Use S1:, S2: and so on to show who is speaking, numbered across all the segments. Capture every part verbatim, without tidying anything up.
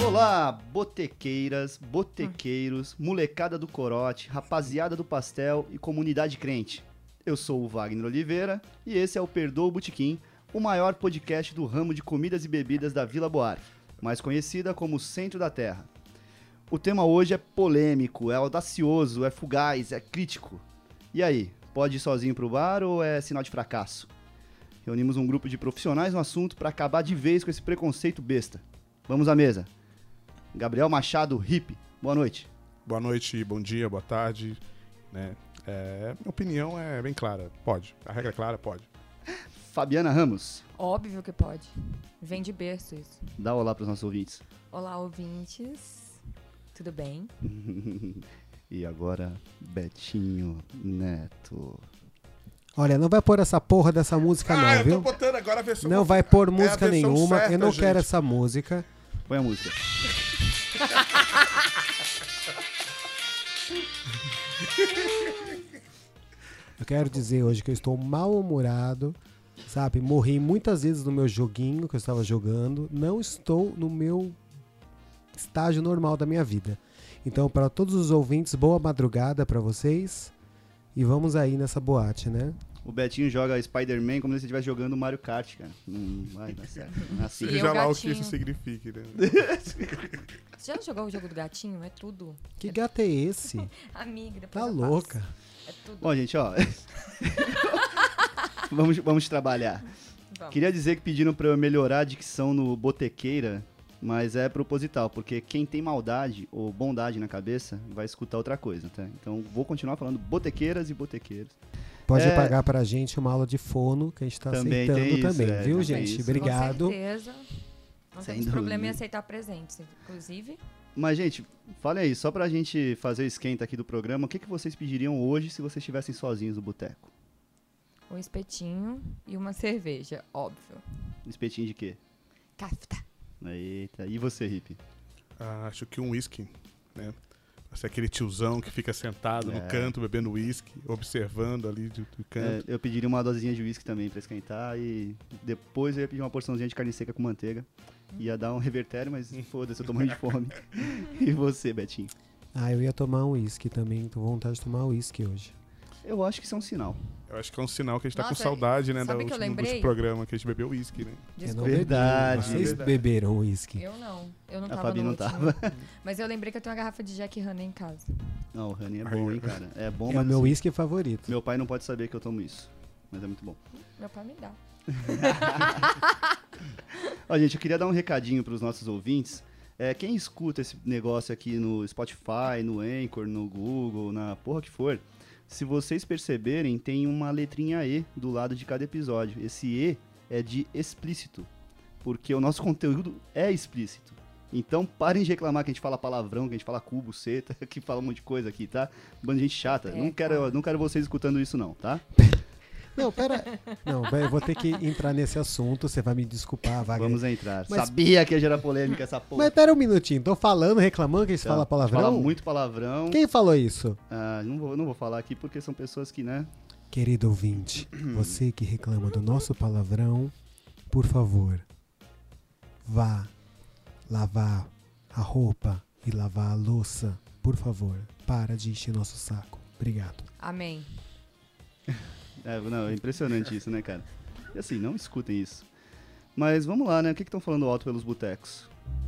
S1: Olá, botequeiras, botequeiros, molecada do corote, rapaziada do pastel e comunidade crente. Eu sou o Wagner Oliveira e esse é o Perdoa o Botequim, o maior podcast do ramo de comidas e bebidas da Vila Buarque, mais conhecida como Centro da Terra. O tema hoje é polêmico, é audacioso, é fugaz, é crítico. E aí, pode ir sozinho pro bar ou é sinal de fracasso? Reunimos um grupo de profissionais no assunto para acabar de vez com esse preconceito besta. Vamos à mesa. Gabriel Machado, hippie, boa noite.
S2: Boa noite, bom dia, boa tarde. Né? É, minha opinião é bem clara, pode. A regra é clara, pode.
S1: Fabiana Ramos.
S3: Óbvio que pode. Vem de berço isso.
S1: Dá olá pros nossos ouvintes.
S3: Olá, ouvintes. Tudo bem?
S1: E agora, Betinho Neto.
S4: Olha, não vai pôr essa porra dessa música
S2: ah,
S4: não,
S2: eu
S4: viu?
S2: tô botando agora a versão...
S4: Não vai pôr
S2: é
S4: música nenhuma,
S2: certa,
S4: eu não
S2: gente.
S4: quero essa música.
S1: Põe a música.
S4: Eu quero dizer hoje que eu estou mal-humorado, sabe? Morri muitas vezes no meu joguinho que eu estava jogando. Não estou no meu estágio normal da minha vida. Então, para todos os ouvintes, boa madrugada para vocês. E vamos aí nessa boate, né?
S1: O Betinho joga Spider-Man como se ele estivesse jogando Mario Kart, cara. Não vai dar certo. Não é assim.
S2: Seja
S3: o
S2: lá o que
S3: gatinho.
S2: isso signifique, né?
S3: Você já jogou o jogo do gatinho? É tudo.
S4: Que gato é esse?
S3: Amiga, depois
S4: Tá
S3: eu
S4: louca.
S3: passo. É tudo.
S1: Bom, gente, ó. vamos, vamos trabalhar.
S3: Vamos.
S1: Queria dizer que pediram pra eu melhorar a dicção no botequeira, mas é proposital, porque quem tem maldade ou bondade na cabeça vai escutar outra coisa, tá? Então vou continuar falando botequeiras e botequeiros.
S4: Pode
S1: É.
S4: pagar pra gente uma aula de fono que a gente tá
S1: Também
S4: aceitando
S1: tem isso,
S4: também,
S1: é,
S4: viu,
S1: tem
S4: gente?
S1: isso.
S4: Obrigado.
S3: Com certeza. Não
S1: Sem
S3: temos problema em
S1: dúvida.
S3: aceitar presentes, inclusive.
S1: Mas, gente, falem aí, só pra gente fazer o esquenta aqui do programa, o que, que vocês pediriam hoje se vocês estivessem sozinhos no boteco?
S3: Um espetinho e uma cerveja, óbvio.
S1: Um espetinho de quê?
S3: Kafta.
S1: Eita, e você, Hippie?
S2: Ah, acho que um whisky, né? Vai ser aquele tiozão que fica sentado
S1: É.
S2: no canto, bebendo whisky, observando ali do, do
S1: É,
S2: canto.
S1: eu pediria uma dosezinha de uísque também pra esquentar e depois eu ia pedir uma porçãozinha de carne seca com manteiga. Ia dar um revertério, mas foda-se, eu tô morrendo de fome. E você, Betinho?
S4: Ah, eu ia tomar um uísque também, tô com vontade de tomar uísque hoje.
S1: Eu acho que isso é um sinal.
S2: Eu acho que é um sinal que a gente tá com
S3: Nossa,
S2: saudade, né? Da
S3: sabe que eu
S2: última, do
S3: lembrei?
S2: último programa que a gente bebeu whisky, né?
S4: Eu
S3: Desculpa.
S4: não bebi.
S1: Verdade.
S4: Vocês
S2: Verdade.
S4: beberam uísque.
S3: Eu não. Eu não
S1: A
S3: tava
S1: Fabi
S3: no
S1: não
S3: último.
S1: tava.
S3: Mas eu lembrei que eu tenho uma garrafa de Jack Honey em casa.
S1: Não, o Honey é bom, hein, cara? É bom,
S4: É
S1: mas
S4: o meu
S1: assim,
S4: uísque favorito.
S1: meu pai não pode saber que eu tomo isso. Mas é muito bom.
S3: Meu pai me dá.
S1: Ó, gente, eu queria dar um recadinho pros nossos ouvintes. É, quem escuta esse negócio aqui no Spotify, no Anchor, no Google, na porra que for, se vocês perceberem, tem uma letrinha E do lado de cada episódio. Esse E é de explícito, porque o nosso conteúdo é explícito. Então parem de reclamar que a gente fala palavrão, que a gente fala cubo, seta, que fala um monte de coisa aqui, tá? Bando de gente chata.
S3: É,
S1: não, quero,
S3: cara.
S1: não quero vocês escutando isso não, tá?
S4: Não, pera. Não, vai- eu vou ter que entrar nesse assunto, você vai me desculpar, Wagner.
S1: Vamos entrar.
S4: Mas-
S1: Sabia que ia gerar polêmica essa porra.
S4: Mas pera um minutinho, tô falando, reclamando que eles falam palavrão?
S1: Fala muito palavrão.
S4: Quem falou isso?
S1: Ah, não, vou, não vou falar aqui porque são pessoas que, né?
S4: Querido ouvinte, você que reclama do nosso palavrão, por favor, vá lavar a roupa e lavar a louça, por favor. Para de encher nosso saco. Obrigado.
S3: Amém.
S1: É, não, é impressionante isso, né, cara? E assim, não escutem isso. Mas vamos lá, né? O que estão falando alto pelos botecos?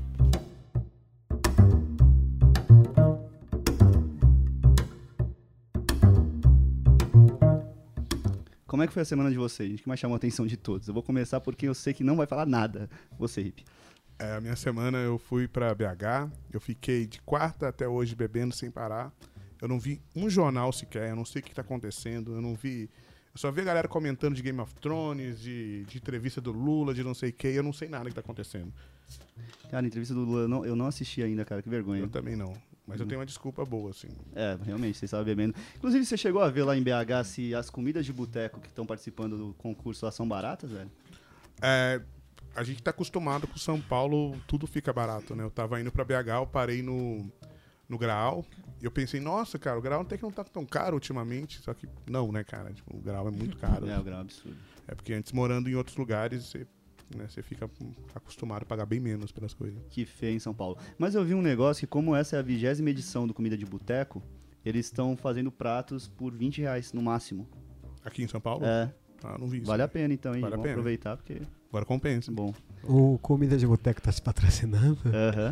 S1: Como é que foi a semana de vocês? O que mais chamou a atenção de todos? Eu vou começar porque eu sei que não vai falar nada. Você, Hip.
S2: É, a minha semana eu fui pra B H, eu fiquei de quarta até hoje bebendo sem parar. Eu não vi um jornal sequer, eu não sei o que tá acontecendo, eu não vi... Eu só vi a galera comentando de Game of Thrones, de, de entrevista do Lula, de não sei o que, eu não sei nada que tá acontecendo.
S1: Cara, a entrevista do Lula eu não, eu não assisti ainda, cara, que vergonha.
S2: Eu também não, mas eu tenho uma desculpa boa, assim.
S1: É, realmente, vocês estavam bebendo. Inclusive, você chegou a ver lá em B H se as comidas de boteco que estão participando do concurso lá são baratas, velho?
S2: É, a gente tá acostumado com São Paulo, tudo fica barato, né? Eu tava indo pra B H, eu parei no, no Graal, e eu pensei, nossa, cara, o Graal até que não tá tão caro ultimamente, só que não, né, cara? Tipo, o Graal é muito caro.
S1: É, o grau é absurdo.
S2: É porque antes, morando em outros lugares, você né? Você fica acostumado a pagar bem menos pelas coisas.
S1: Que feio em São Paulo. Mas eu vi um negócio que, como essa é a vigésima edição do Comida de Boteco, eles estão fazendo pratos por vinte reais no máximo.
S2: Aqui em São Paulo?
S1: É.
S2: Ah, não vi isso.
S1: Vale a pena então, hein?
S2: Vale a
S1: Vamos
S2: pena.
S1: aproveitar porque...
S2: Agora compensa.
S1: Bom.
S4: O Comida de Boteco tá te patrocinando?
S1: Aham.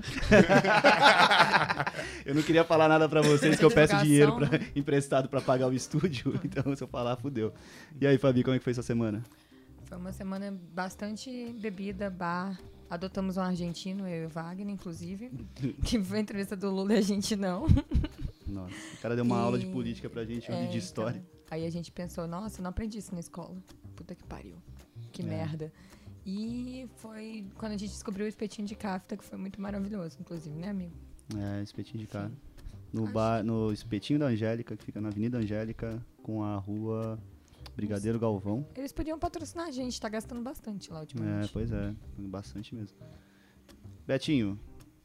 S1: Eu não queria falar nada pra vocês que eu peço
S3: Divulgação,
S1: dinheiro pra,
S3: né?
S1: emprestado pra pagar o estúdio, então se eu falar, fudeu. E aí, Fabi, como é que foi essa semana?
S3: Foi uma semana bastante bebida, bar. Adotamos um argentino, eu e o Wagner, inclusive. Que foi a entrevista do Lula e a gente não.
S1: Nossa, o cara deu uma
S3: E-
S1: aula de política pra gente,
S3: É,
S1: um de história.
S3: então, aí a gente pensou, nossa, eu não aprendi isso na escola. Puta que pariu. Que
S1: É.
S3: merda. E foi quando a gente descobriu o espetinho de cafta, que foi muito maravilhoso, inclusive, né, amigo?
S1: É, espetinho de cara. No,
S3: Acho
S1: bar, no espetinho da Angélica, que fica na Avenida Angélica, com a rua Brigadeiro Galvão.
S3: Eles podiam patrocinar a gente, tá gastando bastante lá
S1: É,
S3: ultimamente.
S1: pois é, bastante mesmo. Betinho,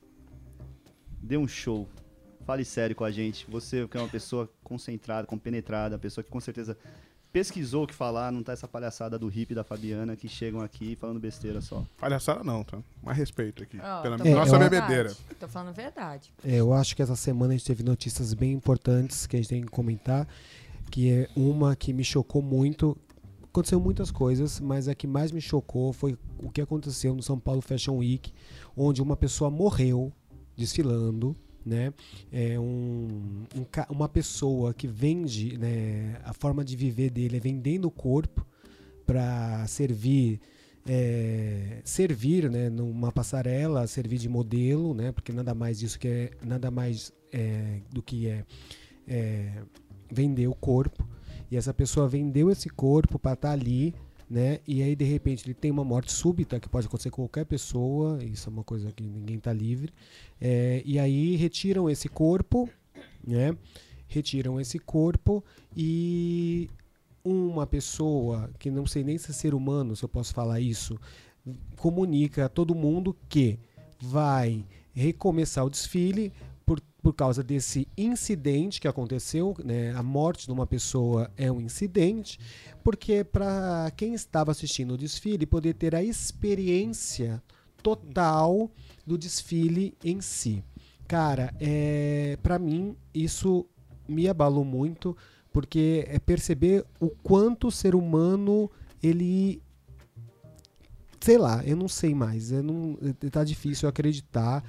S1: dê um show. Fale sério com a gente. Você que é uma pessoa concentrada, compenetrada, uma pessoa que com certeza pesquisou o que falar, não tá essa palhaçada do hippie e da Fabiana que chegam aqui falando besteira só.
S2: Palhaçada não, tá? Mais respeito aqui.
S3: Ó,
S2: pela
S3: tô
S4: É,
S2: nossa
S3: falando
S4: eu-
S2: bebedeira.
S3: verdade. Tô falando verdade.
S4: É, eu acho que essa semana a gente teve notícias bem importantes que a gente tem que comentar, que é uma que me chocou muito. Aconteceu muitas coisas, mas a que mais me chocou foi o que aconteceu no São Paulo Fashion Week, onde uma pessoa morreu desfilando, né? É um, um ca- uma pessoa que vende, né, a forma de viver dele é vendendo o corpo para servir é, servir, né, numa passarela, servir de modelo, né, porque nada mais isso que é nada mais é, do que é, é vender o corpo. E essa pessoa vendeu esse corpo para estar ali, né? E aí de repente ele tem uma morte súbita que pode acontecer com qualquer pessoa. Isso é uma coisa que ninguém está livre. É, e aí retiram esse corpo, né? Retiram esse corpo e uma pessoa que não sei nem se é ser humano, se eu posso falar isso, comunica a todo mundo que vai recomeçar o desfile por, por causa desse incidente que aconteceu, né? A morte de uma pessoa é um incidente, porque para quem estava assistindo o desfile poder ter a experiência total do desfile em si. Cara, é, para mim isso me abalou muito, porque é perceber o quanto o ser humano, ele... Sei lá, eu não sei mais, eu não, tá difícil acreditar,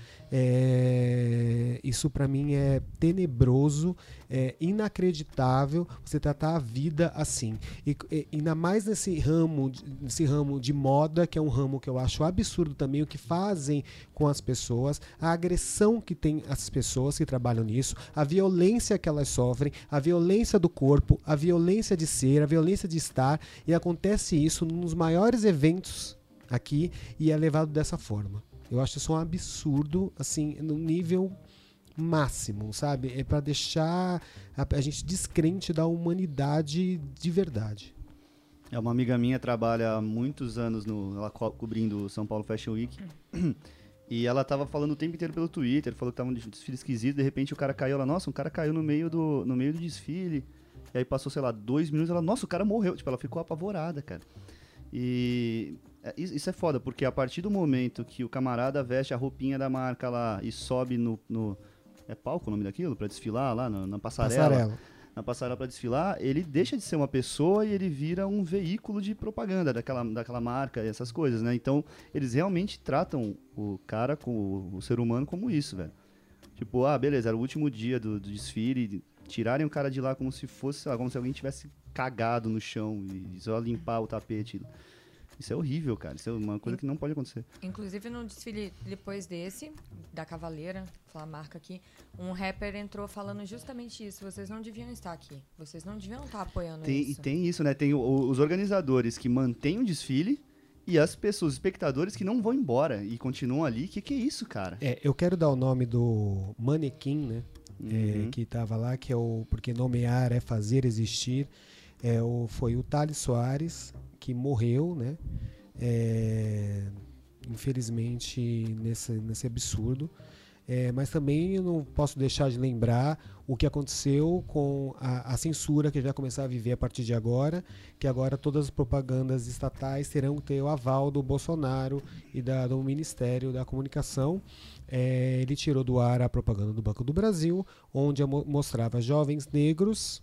S4: é, isso pra mim é tenebroso, é inacreditável você tratar a vida assim, e, e, ainda mais nesse ramo, nesse ramo de moda, que é um ramo que eu acho absurdo também, o que fazem com as pessoas, a agressão que tem as pessoas que trabalham nisso, a violência que elas sofrem, a violência do corpo, a violência de ser, a violência de estar, e acontece isso nos maiores eventos aqui e é levado dessa forma. Eu acho isso um absurdo, assim, no nível máximo, sabe? É para deixar a, a gente descrente da humanidade de verdade.
S1: É, uma amiga minha trabalha há muitos anos no, ela co cobrindo o São Paulo Fashion Week. E ela tava falando o tempo inteiro pelo Twitter, falou que tava um desfile esquisito, de repente o cara caiu, ela, nossa, um cara caiu no meio do, no meio do desfile. E aí passou, sei lá, dois minutos, ela, nossa, o cara morreu. Tipo, ela ficou apavorada, cara. E é, isso é foda, porque a partir do momento que o camarada veste a roupinha da marca lá e sobe no... no é palco o nome daquilo? Pra desfilar lá na, na passarela.
S4: Passarela.
S1: Na passarela pra desfilar, ele deixa de ser uma pessoa e ele vira um veículo de propaganda daquela, daquela marca e essas coisas, né? Então, eles realmente tratam o cara, com o, o ser humano, como isso, velho. Tipo, ah, beleza, era o último dia do, do desfile, tirarem o cara de lá como se fosse, sei lá, como se alguém tivesse cagado no chão e só limpar o tapete. Isso é horrível, cara. Isso é uma coisa que não pode acontecer.
S3: Inclusive, no desfile depois desse, da Cavaleira, vou falar a marca aqui, um rapper entrou falando justamente isso. Vocês não deviam estar aqui. Vocês não deviam estar apoiando
S1: Tem,
S3: isso.
S1: e tem isso, né? Tem o, os organizadores que mantêm o desfile e as pessoas, os espectadores que não vão embora e continuam ali. O que, que é isso, cara?
S4: É, eu quero dar o nome do manequim, né?
S1: Uhum.
S4: É, que estava lá, que é o Porque Nomear é Fazer Existir. É, o, foi o Thales Soares, que morreu, né? É, infelizmente, nesse, nesse absurdo. É, mas também eu não posso deixar de lembrar o que aconteceu com a, a censura que a gente vai começar a viver a partir de agora, que agora todas as propagandas estatais terão que ter o aval do Bolsonaro e da, do Ministério da Comunicação. É, ele tirou do ar a propaganda do Banco do Brasil, onde mo- mostrava jovens negros.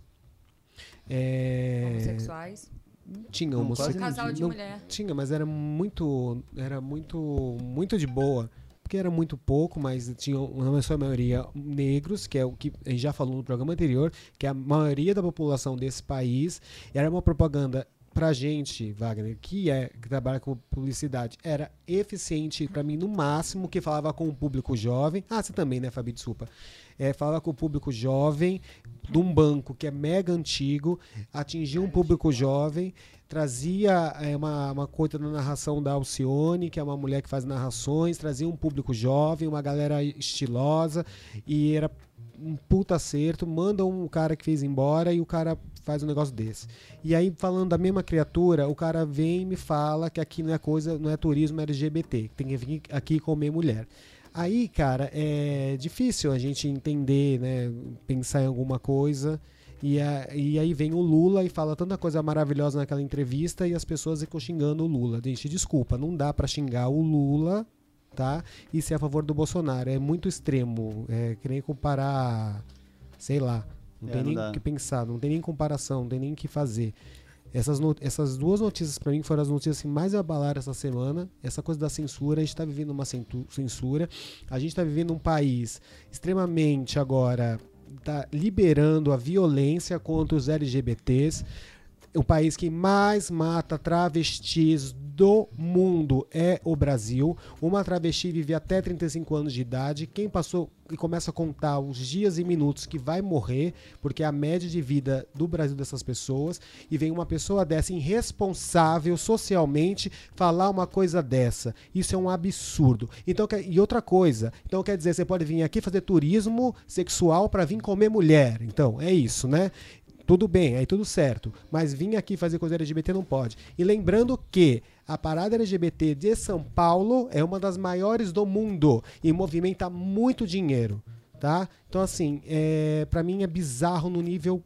S4: É,
S3: Homossexuais.
S4: tinha
S1: Não,
S4: homossexual.
S1: quase
S3: Casal de
S4: não,
S3: mulher.
S4: tinha, mas era muito, era muito, muito de boa, porque era muito pouco, mas tinha na sua maioria negros, que é o que a gente já falou no programa anterior, que é a maioria da população desse país. Era uma propaganda pra gente, Wagner, que é que trabalha com publicidade, era eficiente pra mim no máximo, que falava com o público jovem. Ah, você também, né, Fabi? Desculpa. É, falava com o público jovem de um banco que é mega antigo, atingia um público jovem, trazia é, uma, uma coisa na narração da Alcione, que é uma mulher que faz narrações, trazia um público jovem, uma galera estilosa, e era um puta acerto. Manda um cara que fez embora e o cara faz um negócio desse. E aí, falando da mesma criatura, o cara vem e me fala que aqui não é coisa, não é turismo L G B T, que tem que vir aqui comer mulher. Aí, cara, é difícil a gente entender, né, pensar em alguma coisa. E, a, e aí vem o Lula e fala tanta coisa maravilhosa naquela entrevista e as pessoas ficam xingando o Lula. Gente, desculpa, não dá pra xingar o Lula, tá? E ser a favor do Bolsonaro. É muito extremo. É que nem comparar, sei lá, não
S1: É,
S4: tem
S1: não
S4: nem
S1: dá.
S4: o que pensar, não tem nem comparação, não tem nem o que fazer. Essas, no- essas duas notícias, pra mim, foram as notícias que mais me abalaram essa semana. Essa coisa da censura, a gente tá vivendo uma centu- censura. A gente tá vivendo um país extremamente agora, tá liberando a violência contra os L G B Ts. O país que mais mata travestis do mundo é o Brasil. Uma travesti vive até trinta e cinco anos de idade. Quem passou e começa a contar os dias e minutos que vai morrer, porque é a média de vida do Brasil dessas pessoas, e vem uma pessoa dessa irresponsável socialmente falar uma coisa dessa. Isso é um absurdo. Então, quer- e outra coisa, então quer dizer, você pode vir aqui fazer turismo sexual para vir comer mulher. Então, é isso, né? Tudo bem, aí tudo certo. Mas vir aqui fazer coisa L G B T não pode. E lembrando que a parada L G B T de São Paulo é uma das maiores do mundo e movimenta muito dinheiro, tá? Então, assim, é, para mim é bizarro no nível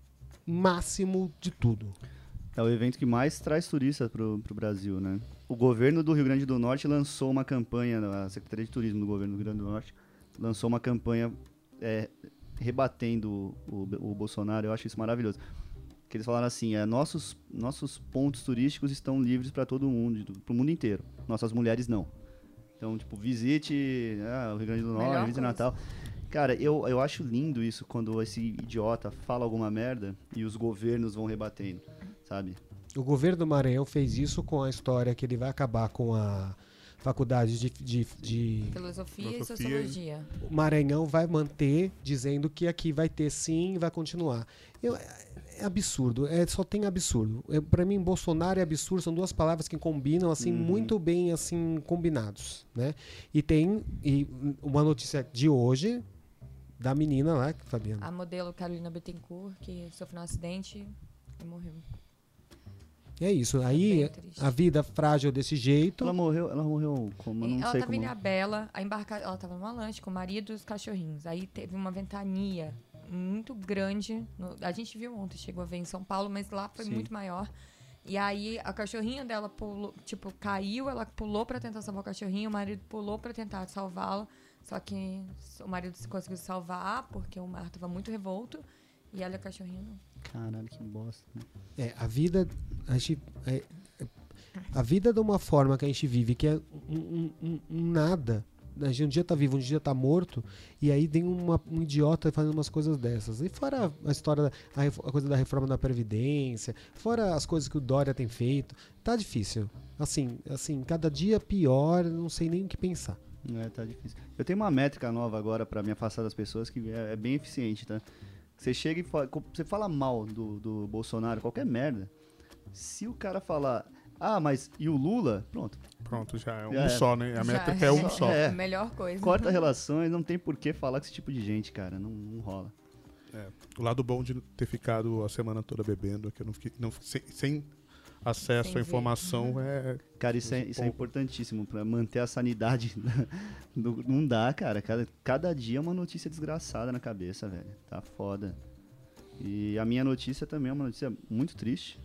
S4: máximo de tudo.
S1: É o evento que mais traz turistas pro, pro Brasil, né? O governo do Rio Grande do Norte lançou uma campanha, a Secretaria de Turismo do governo do Rio Grande do Norte lançou uma campanha é, rebatendo o, o, o Bolsonaro. Eu acho isso maravilhoso. Que eles falaram assim, é, nossos, nossos pontos turísticos estão livres para todo mundo, para o mundo inteiro. Nossas mulheres não. Então, tipo, visite ah, o Rio Grande do Norte,
S3: Melhor
S1: visite
S3: coisa.
S1: Natal. Cara, eu, eu acho lindo isso, quando esse idiota fala alguma merda e os governos vão rebatendo, sabe?
S4: O governo do Maranhão fez isso com a história que ele vai acabar com a faculdade de, de, de
S3: Filosofia,
S2: Filosofia
S3: e sociologia.
S4: o Maranhão vai manter, dizendo que aqui vai ter sim e vai continuar. Eu, é absurdo, é, só tem absurdo. É, para mim, Bolsonaro e absurdo são duas palavras que combinam assim
S1: Uhum.
S4: muito bem assim combinados, né? E tem e uma notícia de hoje da menina lá, Fabiana.
S3: A modelo Carolina Bittencourt, que sofreu um acidente e morreu.
S4: É isso. Aí
S3: Bem triste.
S4: a vida frágil desse jeito.
S1: Ela morreu, ela morreu como? Eu não
S3: ela
S1: sei
S3: tava
S1: como.
S3: em Ilhabela, a embarca... ela tava numa lanche com o marido e os cachorrinhos. Aí teve uma ventania muito grande. no- A gente viu ontem, chegou a ver em São Paulo, mas lá foi
S1: Sim.
S3: muito maior. E aí a cachorrinha dela pulou, tipo, caiu, ela pulou pra tentar salvar o cachorrinho, o marido pulou pra tentar salvá-la. Só que o marido conseguiu salvar, porque o mar tava muito revolto. E ela e o cachorrinho não.
S1: Caralho, que bosta. né?
S4: É, a vida. A, gente, é, é, a vida de uma forma que a gente vive, que é um, um- um- um nada. A gente um dia tá vivo, um dia tá morto, e aí tem uma- um idiota fazendo umas coisas dessas. E fora a história, da, a, ref- a coisa da reforma da Previdência, fora as coisas que o Dória tem feito, tá difícil. Assim, assim, cada dia pior, não sei nem o que pensar.
S1: É, tá difícil. Eu tenho uma métrica nova agora pra me afastar das pessoas que é, é bem eficiente, tá? Você chega e fala, co- você fala mal do, do Bolsonaro, qualquer merda. Se o cara falar, ah, mas e o Lula? Pronto.
S2: Pronto, já é um
S1: Já é.
S2: só, né? A
S3: Já
S2: métrica é um só.
S1: É.
S3: A melhor coisa.
S1: Corta relações, não tem por que falar com esse tipo de gente, cara. Não, não rola.
S2: O lado bom de ter ficado a semana toda bebendo é que eu não fiquei, não, sem, sem acesso
S3: Sem
S2: à
S3: ver.
S2: informação é...
S1: Cara, isso é, isso é importantíssimo pra manter a sanidade. Não, não dá, cara. Cada, cada dia é uma notícia desgraçada na cabeça, velho. Tá foda. E a minha notícia também é uma notícia muito triste.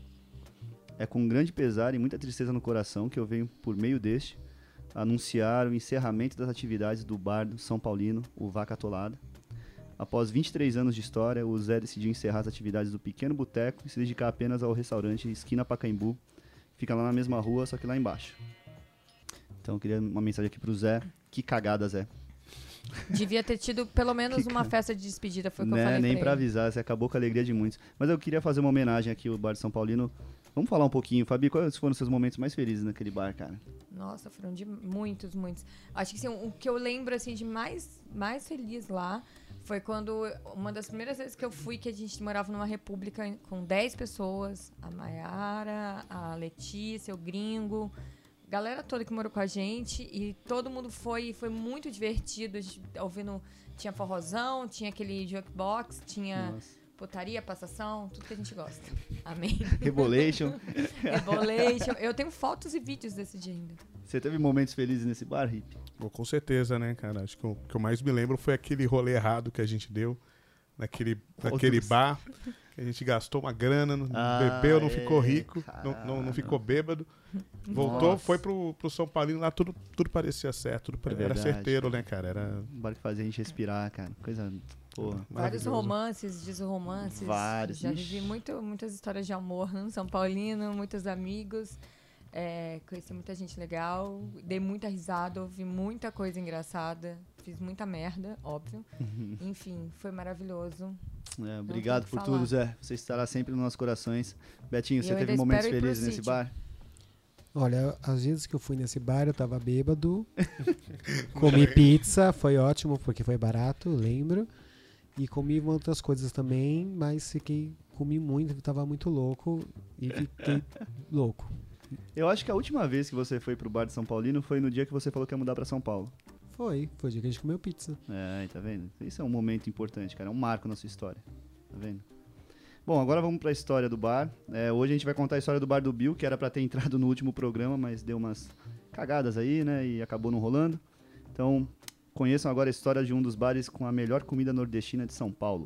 S1: É com grande pesar e muita tristeza no coração que eu venho, por meio deste, anunciar o encerramento das atividades do bar do São Paulino, o Vaca Atolada. Após vinte e três anos de história, o Zé decidiu encerrar as atividades do pequeno boteco e se dedicar apenas ao restaurante Esquina Pacaembu. Fica lá na mesma rua, só que lá embaixo. Então eu queria uma mensagem aqui pro Zé. Que cagada, Zé.
S3: Devia ter tido pelo menos
S1: Que
S3: uma
S1: ca-
S3: festa de despedida, foi o que eu
S1: Né,
S3: falei
S1: nem
S3: pra
S1: pra
S3: ele.
S1: avisar, você acabou com a alegria de muitos. Mas eu queria fazer uma homenagem aqui ao bar de São Paulino. Vamos falar um pouquinho. Fabi, quais foram os seus momentos mais felizes naquele bar, cara?
S3: Nossa, foram de muitos, muitos. Acho que assim, o que eu lembro assim, de mais, mais feliz lá foi quando, uma das primeiras vezes que eu fui, que a gente morava numa república com dez pessoas, a Maiara, a Letícia, o Gringo, galera toda que morou com a gente, e todo mundo foi, foi muito divertido, a gente ouvindo, tinha forrozão, tinha aquele jukebox, tinha
S1: Nossa.
S3: putaria, passação, tudo que a gente gosta. Amém.
S1: Rebolation.
S3: Rebolation. Eu tenho fotos e vídeos desse dia ainda.
S1: Você teve momentos felizes nesse bar, Hip?
S2: Pô, com certeza, né, cara? Acho que o que eu mais me lembro foi aquele rolê errado que a gente deu naquele, naquele
S1: Outros.
S2: bar. Que a gente gastou uma grana, não
S1: Ah,
S2: bebeu, não
S1: é,
S2: ficou rico, não, não, não
S1: caralho.
S2: ficou bêbado. Voltou,
S1: Nossa.
S2: foi pro, pro São Paulino, lá tudo, tudo parecia certo, tudo pare-
S1: É
S2: era
S1: verdade,
S2: certeiro,
S1: cara.
S2: né, cara? Era
S1: Um bar que fazia a gente respirar, cara. Coisa, porra.
S3: Vários
S2: maravilhoso.
S3: romances, desromances.
S1: Vários,
S3: Já
S1: ixi.
S3: vivi muito, muitas histórias de amor no São Paulino, muitos amigos. É, conheci muita gente legal, dei muita risada, ouvi muita coisa engraçada, fiz muita merda, óbvio. Enfim, foi maravilhoso.
S1: É, obrigado
S3: tem o que
S1: por
S3: falar.
S1: tudo, Zé. Você estará sempre nos nossos corações. Betinho,
S3: E
S1: você
S3: eu
S1: teve
S3: ainda
S1: momentos
S3: espero ir pro
S1: felizes nesse
S3: sítio.
S1: bar?
S4: Olha, às vezes que eu fui nesse bar, eu tava bêbado. Comi pizza, foi ótimo porque foi barato, lembro. E comi outras coisas também, mas fiquei, comi muito, tava muito louco e fiquei louco.
S1: Eu acho que a última vez que você foi pro bar de São Paulino foi no dia que você falou que ia mudar pra São Paulo.
S4: Foi, foi o dia que a gente comeu pizza.
S1: É, tá vendo? Isso é um momento importante, cara. É um marco na sua história. Tá vendo? Bom, agora vamos pra história do bar. É, hoje a gente vai contar a história do bar do Bill, que era pra ter entrado no último programa, mas deu umas cagadas aí, né? E acabou não rolando. Então, conheçam agora a história de um dos bares com a melhor comida nordestina de São Paulo.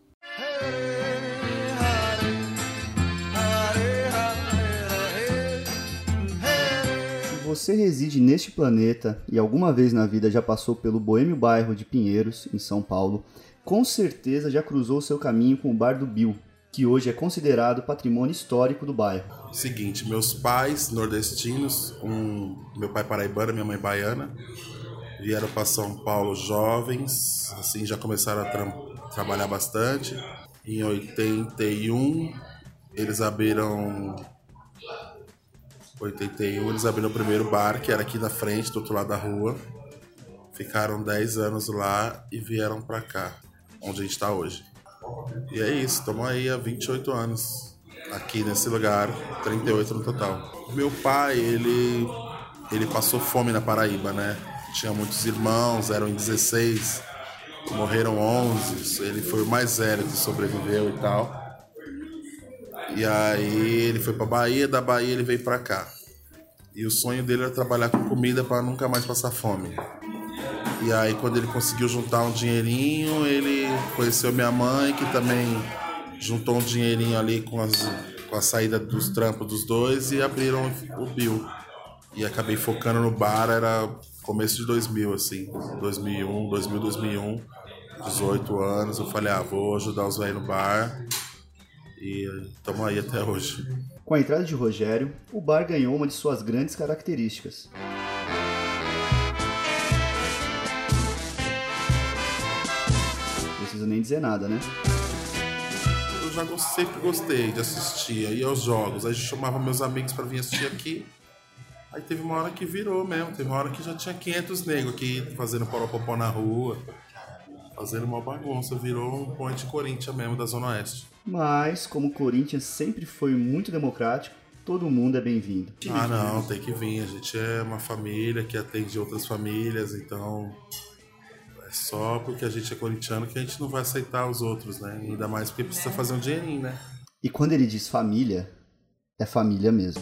S1: Se você reside neste planeta e alguma vez na vida já passou pelo boêmio bairro de Pinheiros, em São Paulo, com certeza já cruzou seu caminho com o bar do Bill, que hoje é considerado patrimônio histórico do bairro.
S5: Seguinte, meus pais nordestinos, um, meu pai paraibano, minha mãe baiana, vieram para São Paulo jovens, assim, já começaram a tra- trabalhar bastante. Em oitenta e um, eles abriram oitenta e um, eles abriram o primeiro bar, que era aqui na frente, do outro lado da rua. Ficaram dez anos lá e vieram para cá, onde a gente está hoje. E é isso, estamos aí há vinte e oito anos aqui nesse lugar, trinta e oito no total. Meu pai, ele, ele passou fome na Paraíba, né? Tinha muitos irmãos, eram em dezesseis, morreram onze, ele foi o mais velho que sobreviveu e tal. E aí ele foi pra Bahia, da Bahia ele veio pra cá. E o sonho dele era trabalhar com comida para nunca mais passar fome. E aí quando ele conseguiu juntar um dinheirinho, ele conheceu minha mãe, que também juntou um dinheirinho ali com, as, com a saída dos trampos dos dois e abriram o Bill. E acabei focando no bar, era começo de dois mil, assim, dois mil e um, dois mil, dois mil e um, dezoito anos. Eu falei, ah, vou ajudar os velhos no bar. E estamos aí até hoje.
S1: Com a entrada de Rogério, o bar ganhou uma de suas grandes características. Não preciso nem dizer nada, né?
S5: Eu já go- sempre gostei de assistir, aí aos jogos. Aí a gente chamava meus amigos para vir assistir aqui. Aí teve uma hora que virou mesmo, teve uma hora que já tinha quinhentos negros aqui fazendo poropopó na rua, fazendo uma bagunça, virou um point Corinthians mesmo da Zona Oeste.
S1: Mas, como o Corinthians sempre foi muito democrático, todo mundo é bem-vindo.
S5: Ah não, tem que vir, a gente é uma família que atende outras famílias, então é só porque a gente é corintiano que a gente não vai aceitar os outros, né? Ainda mais porque precisa fazer um dinheirinho, né?
S1: E quando ele diz família, É família mesmo.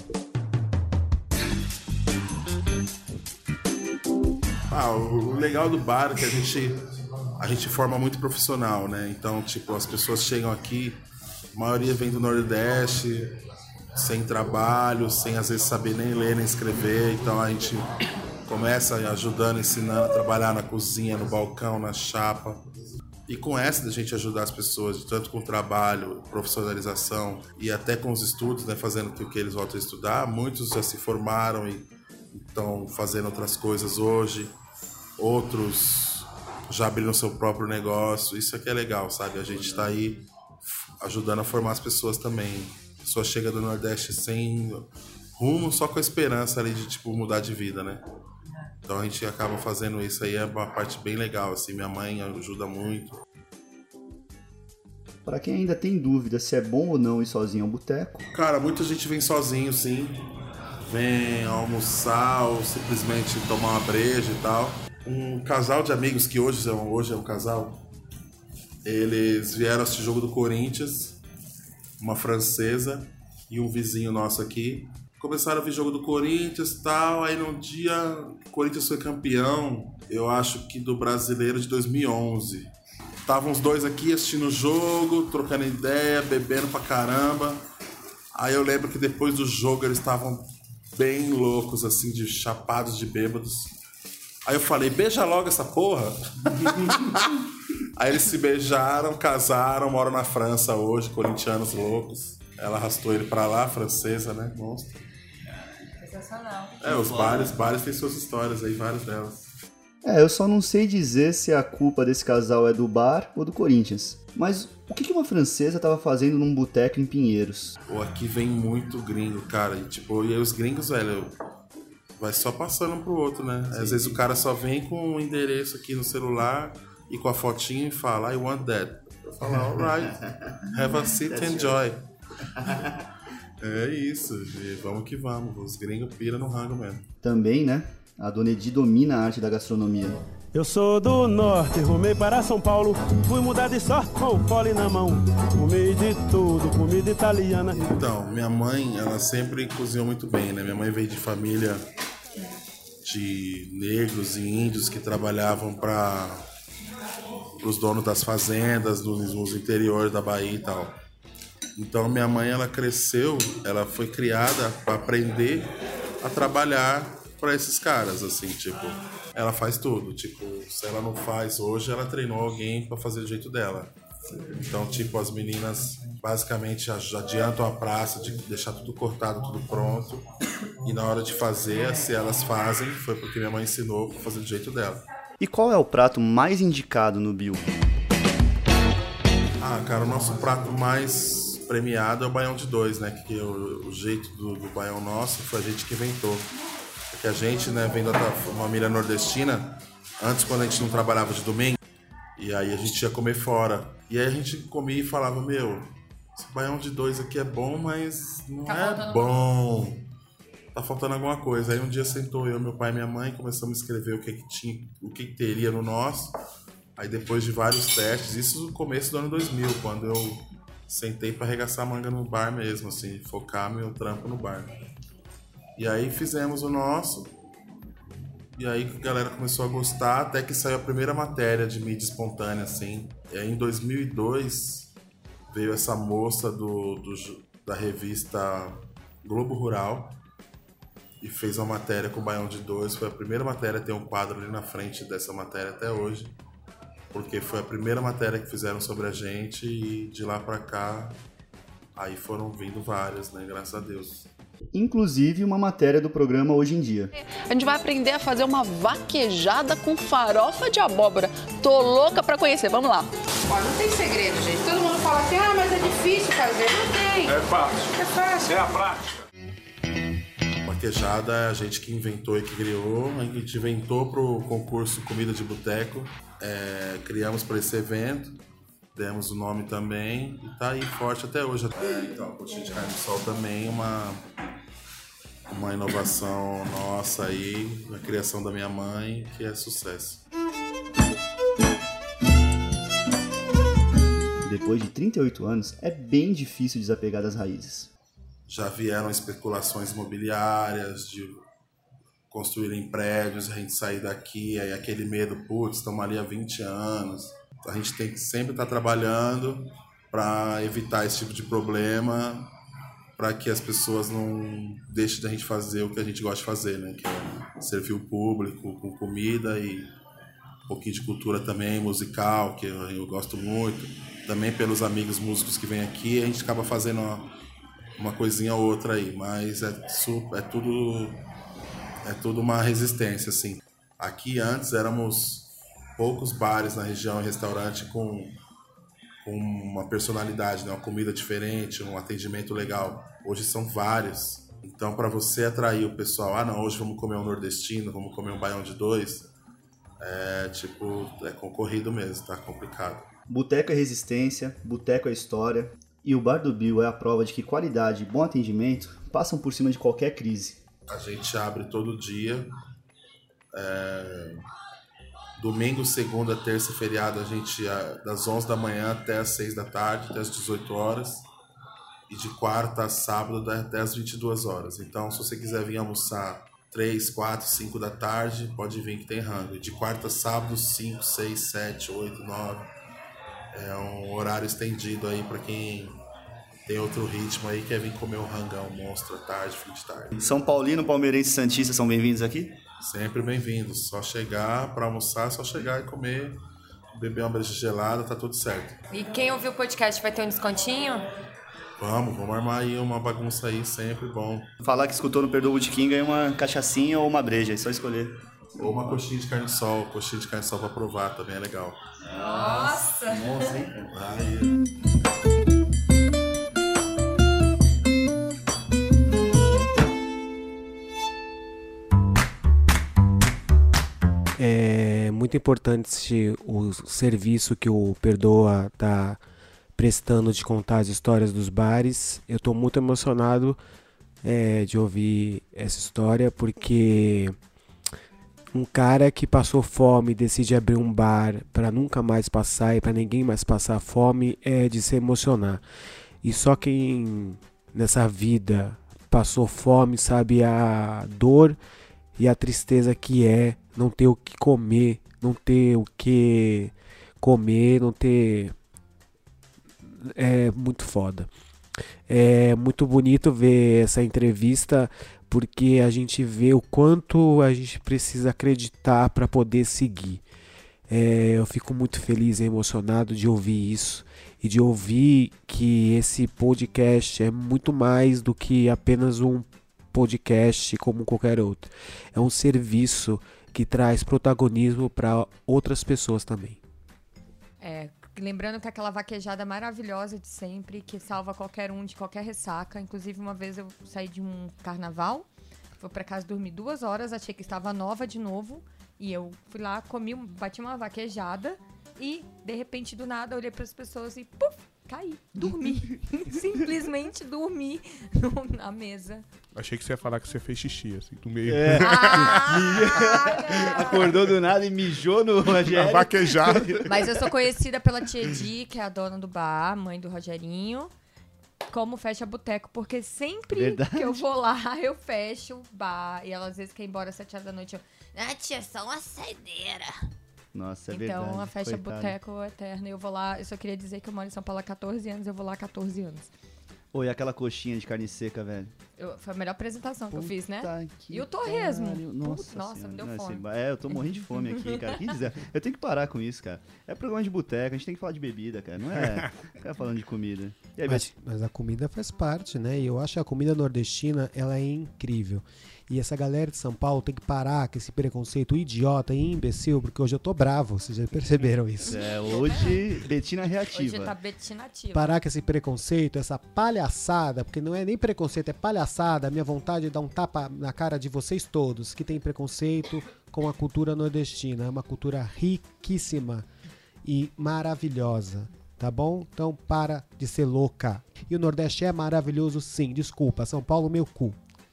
S5: Ah, o legal do bar é que a gente, a gente forma muito profissional, né? Então, tipo, as pessoas chegam aqui, a maioria vem do Nordeste, sem trabalho, sem às vezes saber nem ler, nem escrever. Então a gente começa ajudando, ensinando a trabalhar na cozinha, no balcão, na chapa. E com essa da gente ajudar as pessoas, tanto com o trabalho, profissionalização e até com os estudos, né, fazendo com que eles voltem a estudar, muitos já se formaram e estão fazendo outras coisas hoje. Outros já abriram seu próprio negócio. Isso aqui é legal, sabe? A gente está aí ajudando a formar as pessoas também. A pessoa chega do Nordeste sem rumo, só com a esperança ali de tipo, mudar de vida, né? Então a gente acaba fazendo isso aí, é uma parte bem legal, assim. Minha mãe ajuda muito.
S1: Para quem ainda tem dúvida se é bom ou não ir sozinho ao boteco...
S5: Cara, muita gente vem sozinho, sim. Vem almoçar ou simplesmente tomar uma breja e tal. Um casal de amigos que hoje é um, hoje é um casal, eles vieram assistir o jogo do Corinthians, uma francesa e um vizinho nosso aqui. Começaram a ver o jogo do Corinthians e tal, aí num dia o Corinthians foi campeão, eu acho que do Brasileiro de dois mil e onze. Estavam os dois aqui assistindo o jogo, trocando ideia, bebendo pra caramba. Aí eu lembro que depois do jogo eles estavam bem loucos, assim, de chapados de bêbados. Aí eu falei, beija logo essa porra. Aí eles se beijaram, casaram, moram na França hoje, corintianos loucos. Ela arrastou ele pra lá, francesa, né? Monstro.
S3: Sensacional.
S5: É, os bares, bares têm suas histórias aí, várias delas.
S1: É, eu só não sei dizer se a culpa desse casal é do bar ou do Corinthians. Mas o que uma francesa tava fazendo num boteco em Pinheiros?
S5: Pô, aqui vem muito gringo, cara. E, tipo, e aí os gringos, velho, vai só passando um pro outro, né? Sim. Às vezes o cara só vem com o endereço aqui no celular e com a fotinha e fala, I want that. Eu falo, alright, have a seat and enjoy. É isso, e vamos que vamos. Os gringos piram no rango mesmo.
S1: Também, né? A Dona Edi domina a arte da gastronomia.
S6: Eu sou do norte, rumei para São Paulo, fui mudar de sorte com o fole na mão. Comi de tudo, comida italiana.
S5: Então, minha mãe, ela sempre cozinhou muito bem, né? Minha mãe veio de família de negros e índios que trabalhavam para os donos das fazendas, nos, nos interiores da Bahia e tal. Então, minha mãe, ela cresceu, ela foi criada para aprender a trabalhar para esses caras, assim, tipo, ela faz tudo, tipo, se ela não faz hoje, ela treinou alguém para fazer do jeito dela. Então, tipo, as meninas basicamente adiantam a praça de deixar tudo cortado, tudo pronto, e na hora de fazer, se elas fazem, foi porque minha mãe ensinou para fazer do jeito dela.
S1: E qual é o prato mais indicado no Bill?
S5: Ah, cara, o nosso prato mais premiado é o baião de dois, né, que o, o jeito do, do baião nosso foi a gente que inventou. Porque a gente, né, vem da família nordestina, antes quando a gente não trabalhava de domingo, e aí a gente ia comer fora. E aí a gente comia e falava, meu, esse baião de dois aqui é bom, mas não tá é bom. Tá faltando alguma coisa. Aí um dia sentou eu, meu pai e minha mãe, começamos a escrever o que, que tinha, o que, que teria no nosso. Aí depois de vários testes, isso no começo do ano dois mil, quando eu sentei pra arregaçar a manga no bar mesmo, assim, focar meu trampo no bar. E aí fizemos o nosso, e aí a galera começou a gostar, até que saiu a primeira matéria de mídia espontânea, assim. E aí em dois mil e dois veio essa moça do, do, da revista Globo Rural e fez uma matéria com o Baião de Dois. Foi a primeira matéria a ter um quadro ali na frente dessa matéria até hoje, porque foi a primeira matéria que fizeram sobre a gente, e de lá pra cá, aí foram vindo várias, né, graças a Deus.
S1: Inclusive uma matéria do programa Hoje em Dia.
S7: A gente vai aprender a fazer uma vaquejada com farofa de abóbora. Tô louca pra conhecer, vamos lá.
S8: Ó, não tem segredo, gente. Todo mundo fala assim, ah, mas é difícil fazer. Não tem.
S6: É fácil.
S8: É fácil.
S6: É a prática.
S5: Vaquejada é a gente que inventou e que criou. A gente inventou pro concurso Comida de Boteco. É, criamos para esse evento. Demos o nome também e tá aí forte até hoje. É, então, a coxinha de carne de sol também, uma, uma inovação nossa aí, na criação da minha mãe, que é sucesso.
S1: Depois de trinta e oito anos, é bem difícil desapegar das raízes.
S5: já vieram especulações imobiliárias, de construírem prédios, a gente sair daqui, aí aquele medo, putz, estamos ali há vinte anos. A gente tem que sempre estar trabalhando para evitar esse tipo de problema, para que as pessoas não deixem da gente fazer o que a gente gosta de fazer, né? Que é servir o público com comida e um pouquinho de cultura também, musical, que eu, eu gosto muito. Também pelos amigos músicos que vêm aqui, a gente acaba fazendo uma, uma coisinha ou outra aí, mas é, super, é tudo é tudo uma resistência, assim. Aqui antes éramos poucos bares na região e restaurante com, com uma personalidade, né? Uma comida diferente, um atendimento legal. Hoje são vários. Então, para você atrair o pessoal, ah, não, hoje vamos comer um nordestino, vamos comer um baião de dois, é tipo, é concorrido mesmo, tá complicado.
S1: Boteco é resistência, boteco é história, e o Bar do Bill é a prova de que qualidade e bom atendimento passam por cima de qualquer crise.
S5: A gente abre todo dia, é... domingo, segunda, terça e feriado, a gente das onze da manhã até as seis da tarde, até as dezoito horas, e de quarta a sábado até as vinte e duas horas. Então, se você quiser vir almoçar três, quatro, cinco da tarde, pode vir que tem rango. E de quarta a sábado, cinco, seis, sete, oito, nove. É um horário estendido aí para quem tem outro ritmo aí, quer vir comer o rangão monstro à tarde, fim de tarde.
S1: São Paulino, palmeirense e santista são bem-vindos aqui?
S5: Sempre bem-vindos. Só chegar para almoçar, só chegar e comer, beber uma breja gelada, tá tudo certo.
S3: E quem ouviu o podcast vai ter um descontinho?
S5: Vamos, vamos armar aí uma bagunça aí, sempre bom.
S1: Falar que escutou no Perdoa o Botequim ganha uma cachaçinha ou uma breja, é só escolher.
S5: Ou uma coxinha de carne de sol, coxinha de carne de sol pra provar também é legal.
S3: Nossa!
S1: Nossa, hein?
S5: Aí.
S4: É muito importante o serviço que o Perdoa tá prestando de contar as histórias dos bares. Eu tô muito emocionado é, de ouvir essa história, porque um cara que passou fome decide abrir um bar para nunca mais passar e para ninguém mais passar fome é de se emocionar. E só quem nessa vida passou fome sabe a dor e a tristeza que é não ter o que comer, não ter o que comer, não ter... É muito foda. É muito bonito ver essa entrevista, porque a gente vê o quanto a gente precisa acreditar para poder seguir. É, eu fico muito feliz e emocionado de ouvir isso e de ouvir que esse podcast é muito mais do que apenas um podcast como qualquer outro. É um serviço que traz protagonismo para outras pessoas também.
S3: É, lembrando que aquela vaquejada maravilhosa de sempre, que salva qualquer um de qualquer ressaca. Inclusive, uma vez eu saí de um carnaval, fui pra casa dormir duas horas, achei que estava nova de novo, e eu fui lá, comi, bati uma vaquejada, e, de repente, do nada, olhei pras pessoas e, puf, caí, dormi. Simplesmente dormi no, na mesa.
S2: Achei que você ia falar que você fez xixi, assim, no meio.
S1: É.
S3: Ah,
S1: Acordou do nada e mijou no Rogério.
S2: Vaquejado.
S3: Mas eu sou conhecida pela tia Di, que é a dona do bar, mãe do Rogerinho, como fecha boteco, porque sempre
S1: Verdade.
S3: que eu vou lá, eu fecho o bar. E ela às vezes quer ir embora às sete horas da noite. Eu, ah, tia, só uma saideira.
S1: Nossa, é
S3: então,
S1: verdade.
S3: a fecha
S1: Coitado.
S3: boteco eterna. Eu vou lá, eu só queria dizer que eu moro em São Paulo há catorze anos, eu vou lá há catorze anos.
S1: Oi, aquela coxinha de carne seca, velho.
S3: Eu, foi a melhor apresentação que eu fiz, né?
S1: Puta que
S3: E o torresmo.
S1: pariu. Nossa,
S3: Putz, nossa, me deu
S1: Senhora.
S3: fome.
S1: Não, esse- É, eu tô morrendo de fome aqui, cara. Quem quiser. Eu tenho que parar com isso, cara. É programa de boteca, a gente tem que falar de bebida, cara. Não é ficar falando de comida. E aí,
S4: Mas,
S1: Beth?
S4: mas a comida faz parte, né? E eu acho que a comida nordestina, ela é incrível. E essa galera de São Paulo tem que parar com esse preconceito idiota e imbecil, porque hoje eu tô bravo, vocês já perceberam isso.
S1: É, hoje, Betina reativa.
S3: Hoje tá betinativa.
S4: Parar com esse preconceito, essa palhaçada, porque não é nem preconceito, é palhaçada. A minha vontade é dar um tapa na cara de vocês todos que tem preconceito com a cultura nordestina. É uma cultura riquíssima e maravilhosa, tá bom? Então para de ser louca. E o Nordeste é maravilhoso sim, desculpa, São Paulo meu cu.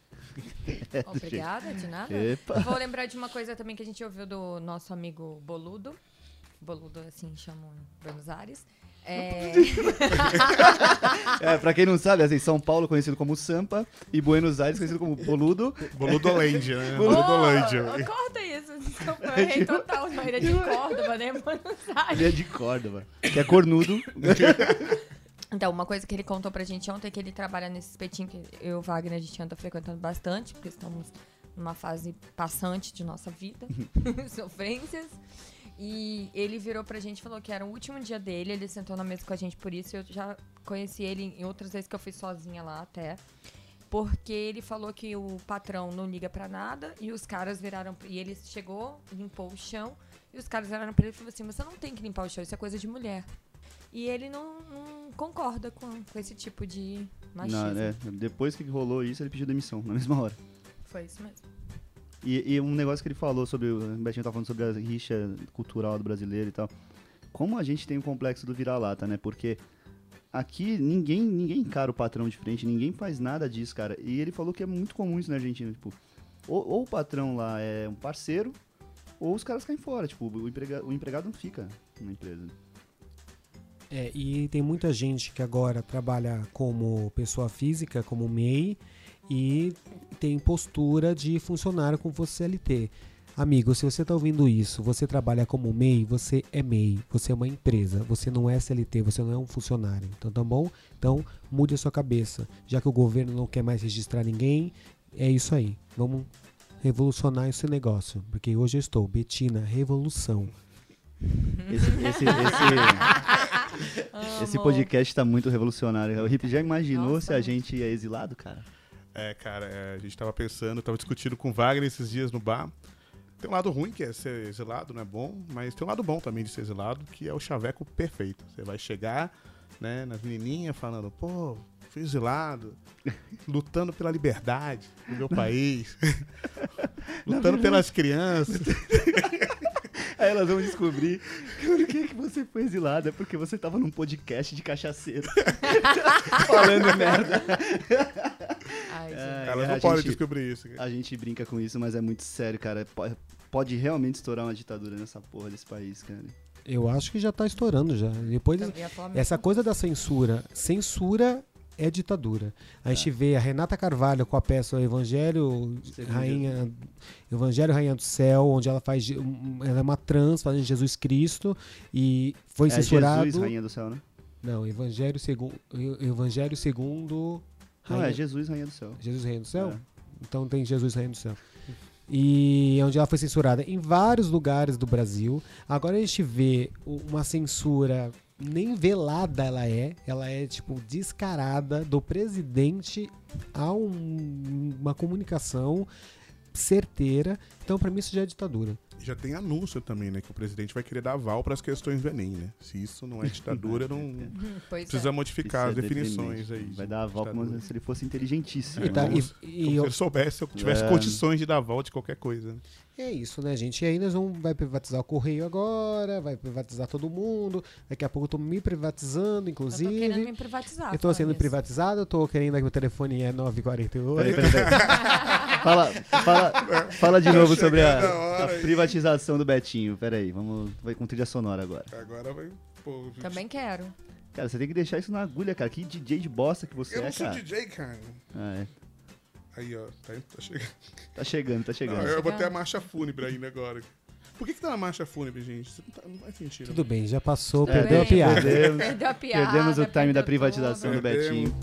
S3: Obrigada, de nada.
S1: Epa.
S3: Eu vou lembrar de uma coisa também que a gente ouviu do nosso amigo Boludo. Boludo, assim, chamam em Buenos Aires. É...
S1: É, pra quem não sabe, assim, São Paulo conhecido como Sampa e Buenos Aires conhecido como Boludo.
S2: Boludolândia, né?
S3: Ô,
S2: Boludolândia.
S3: ô, corta isso. Desculpa, eu errei total. Não, ele é de Córdoba, né? Buenos Aires.
S1: Ele é de Córdoba, que é cornudo.
S3: Então, uma coisa que ele contou pra gente ontem é que ele trabalha nesse espetinho que eu e o Wagner a gente anda frequentando bastante, porque estamos numa fase passante de nossa vida, sofrências. E ele virou pra gente e falou que era o último dia dele, ele sentou na mesa com a gente por isso. Eu já conheci ele em outras vezes que eu fui sozinha lá até. Porque ele falou que o patrão não liga pra nada e os caras viraram... E ele chegou, limpou o chão e os caras viraram pra ele e falaram assim, você não tem que limpar o chão, isso é coisa de mulher. E ele não, não concorda com, com esse tipo de machismo.
S1: Não, é, depois que rolou isso, ele pediu demissão, na mesma hora.
S3: Foi isso mesmo.
S1: E, e um negócio que ele falou sobre, o Betinho tá falando sobre a rixa cultural do brasileiro e tal. Como a gente tem o complexo do vira-lata, né? Porque aqui ninguém, ninguém encara o patrão de frente, ninguém faz nada disso, cara. E ele falou que é muito comum isso na Argentina, tipo, ou, ou o patrão lá é um parceiro, ou os caras caem fora, tipo, o, emprega, o empregado não fica na empresa.
S4: É, e tem muita gente que agora trabalha como pessoa física, como M E I, e tem postura de funcionário com você C L T. Amigo, se você está ouvindo isso, você trabalha como M E I, você é M E I, você é uma empresa, você não é C L T, você não é um funcionário. Então, tá bom? Então, mude a sua cabeça. Já que o governo não quer mais registrar ninguém, é isso aí. Vamos revolucionar esse negócio. Porque hoje eu estou, Betina, revolução.
S1: Esse, esse, esse, esse podcast tá muito revolucionário. O Hip já imaginou
S3: Nossa,
S1: se a gente é exilado, cara?
S2: É, cara, é, a gente tava pensando, tava discutindo com o Wagner esses dias no bar. Tem um lado ruim, que é ser exilado, não é bom, mas tem um lado bom também de ser exilado, que é o chaveco perfeito. Você vai chegar, né, nas menininhas falando, pô, fui exilado, lutando pela liberdade do meu país, lutando pelas crianças.
S1: Aí elas vão descobrir por que, que você foi exilado. É porque você tava num podcast de cachaceiro. Falando merda.
S3: Ai, gente.
S1: É,
S2: Elas
S1: a
S2: não podem
S1: gente-
S2: descobrir isso.
S1: A gente brinca com isso, mas é muito sério, cara. Po- Pode realmente estourar uma ditadura nessa porra desse país, cara.
S4: Eu acho que já tá estourando já. Depois,
S3: Eu ia falar mesmo.
S4: essa coisa da censura, censura é ditadura. A gente vê a Renata Carvalho com a peça O Evangelho
S1: Segundo
S4: Rainha, Evangelho Rainha do Céu, onde ela faz, je- um- ela é uma trans fazendo Jesus Cristo e foi
S1: É
S4: censurado.
S1: Jesus, Rainha do Céu, né?
S4: Não, Evangelho segundo, Evangelho segundo
S1: Não,
S4: Rainha-
S1: é Jesus, Rainha do Céu.
S4: Jesus Rainha do Céu?
S1: É.
S4: Então tem Jesus Rainha do Céu. E onde ela foi censurada em vários lugares do Brasil. Agora a gente vê uma censura nem velada ela é, ela é tipo descarada do presidente a um- uma comunicação certeira. Então pra mim isso já é ditadura.
S2: Já tem anúncio também, né? Que o presidente vai querer dar aval para as questões do Enem, né? Se isso não é ditadura, não
S3: Hum, Pois
S2: precisa
S3: é.
S2: modificar as
S1: Isso é
S2: definições
S1: deprimente.
S2: aí.
S1: Vai
S2: de
S1: dar a volta como
S2: ditadura.
S1: se ele fosse inteligentíssimo.
S2: É,
S4: E tá-
S2: como
S4: e-
S2: se-
S4: e
S2: como
S4: eu-
S2: se ele soubesse, se eu tivesse
S1: É.
S2: condições de dar aval de qualquer coisa. Né?
S4: É isso, né, gente? E aí nós vamos vai privatizar o Correio agora, vai privatizar todo mundo. Daqui a pouco eu tô me privatizando,
S3: Eu tô
S4: inclusive.
S3: querendo me privatizar.
S4: Eu tô sendo
S3: falando isso.
S4: privatizado, eu tô querendo que meu telefone é nove quarenta e oito.
S1: Peraí, peraí, peraí. Fala, fala, fala de novo sobre a,
S2: chegando a hora
S1: a
S2: aí.
S1: privatização do Betinho. Peraí, vamos vai com trilha sonora agora.
S2: Agora vai. Pô,
S3: Também quero.
S1: Cara, você tem que deixar isso na agulha, cara. Que D J de bosta que você
S2: eu
S1: é,
S2: não sou
S1: cara.
S2: D J, cara.
S1: Ah, é.
S2: Aí, ó, tá, tá chegando.
S1: Tá chegando, tá
S2: Não,
S1: chegando.
S2: eu botei a marcha fúnebre ainda agora. Por que, que tá na marcha fúnebre, gente? Isso não, tá, não faz sentido.
S4: Tudo bem, já passou,
S1: É,
S4: perdeu a
S3: bem.
S4: piada.
S1: Perdemos,
S3: Perdeu a piada.
S1: perdemos o time da
S3: perdeu
S1: privatização do
S2: Perdemos.
S1: Betinho.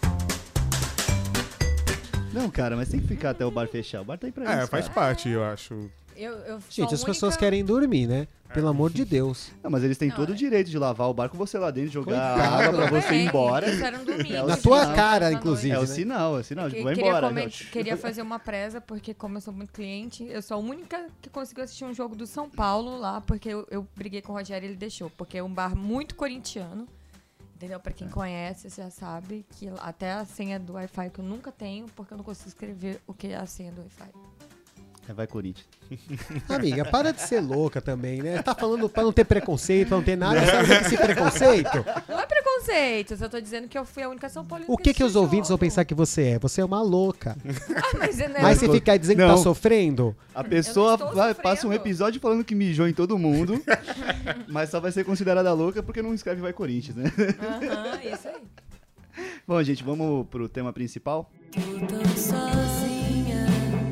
S1: Não, cara, mas tem que ficar até o bar fechar. O bar tá aí pra isso,
S2: É, faz
S1: cara.
S2: parte, eu acho.
S3: tudo. Eu, eu sou
S4: Gente,
S3: a
S4: as pessoas
S3: única-
S4: querem dormir, né? Pelo amor de Deus.
S1: Não, mas eles têm
S3: Não,
S1: todo o
S3: é.
S1: direito de lavar o bar com você lá dentro, jogar
S4: Coitado.
S1: água pra
S3: Tudo
S1: você
S3: bem,
S1: ir embora.
S3: eles eram domingo,
S1: É o
S4: Na
S3: gente,
S4: tua
S3: nove
S4: cara,
S3: da noite.
S4: inclusive.
S1: É o
S4: né?
S1: sinal, é o sinal. Tipo, vai
S3: queria,
S1: embora.
S3: comer-
S1: não.
S3: queria fazer uma presa, porque como eu sou muito cliente, eu sou a única que conseguiu assistir um jogo do São Paulo lá, porque eu, eu briguei com o Rogério e ele deixou. Porque é um bar muito corintiano, entendeu? Pra quem conhece, você já sabe que até a senha do Wi-Fi que eu nunca tenho, porque eu não consigo escrever o que é a senha do Wi-Fi.
S1: É, vai, Corinthians.
S4: Amiga, para de ser louca também, né? Tá falando pra não ter preconceito, pra não ter nada, sabe esse preconceito?
S3: Não é preconceito, preconceitos. Eu tô dizendo que eu fui a única São Paulina
S4: O que que os
S3: assistiu
S4: ouvintes vão
S3: jogo.
S4: pensar que você é? Você é uma louca.
S3: Ah, mas eu não
S4: Mas se
S1: tô-
S4: ficar dizendo que
S1: Não.
S4: tá sofrendo,
S1: A pessoa
S3: estou
S1: vai-
S3: sofrendo.
S1: passa um episódio falando que mijou em todo mundo, mas só vai ser considerada louca porque não escreve Vai Corinthians, né?
S3: Aham, isso aí.
S1: Bom, gente, vamos pro tema principal.
S9: Tão sozinha,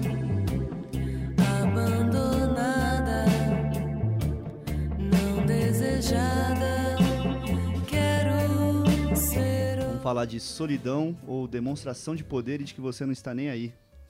S9: abandonada, não desejada, quero ser
S1: Vamos falar de solidão ou demonstração de poder e de que você não está nem aí.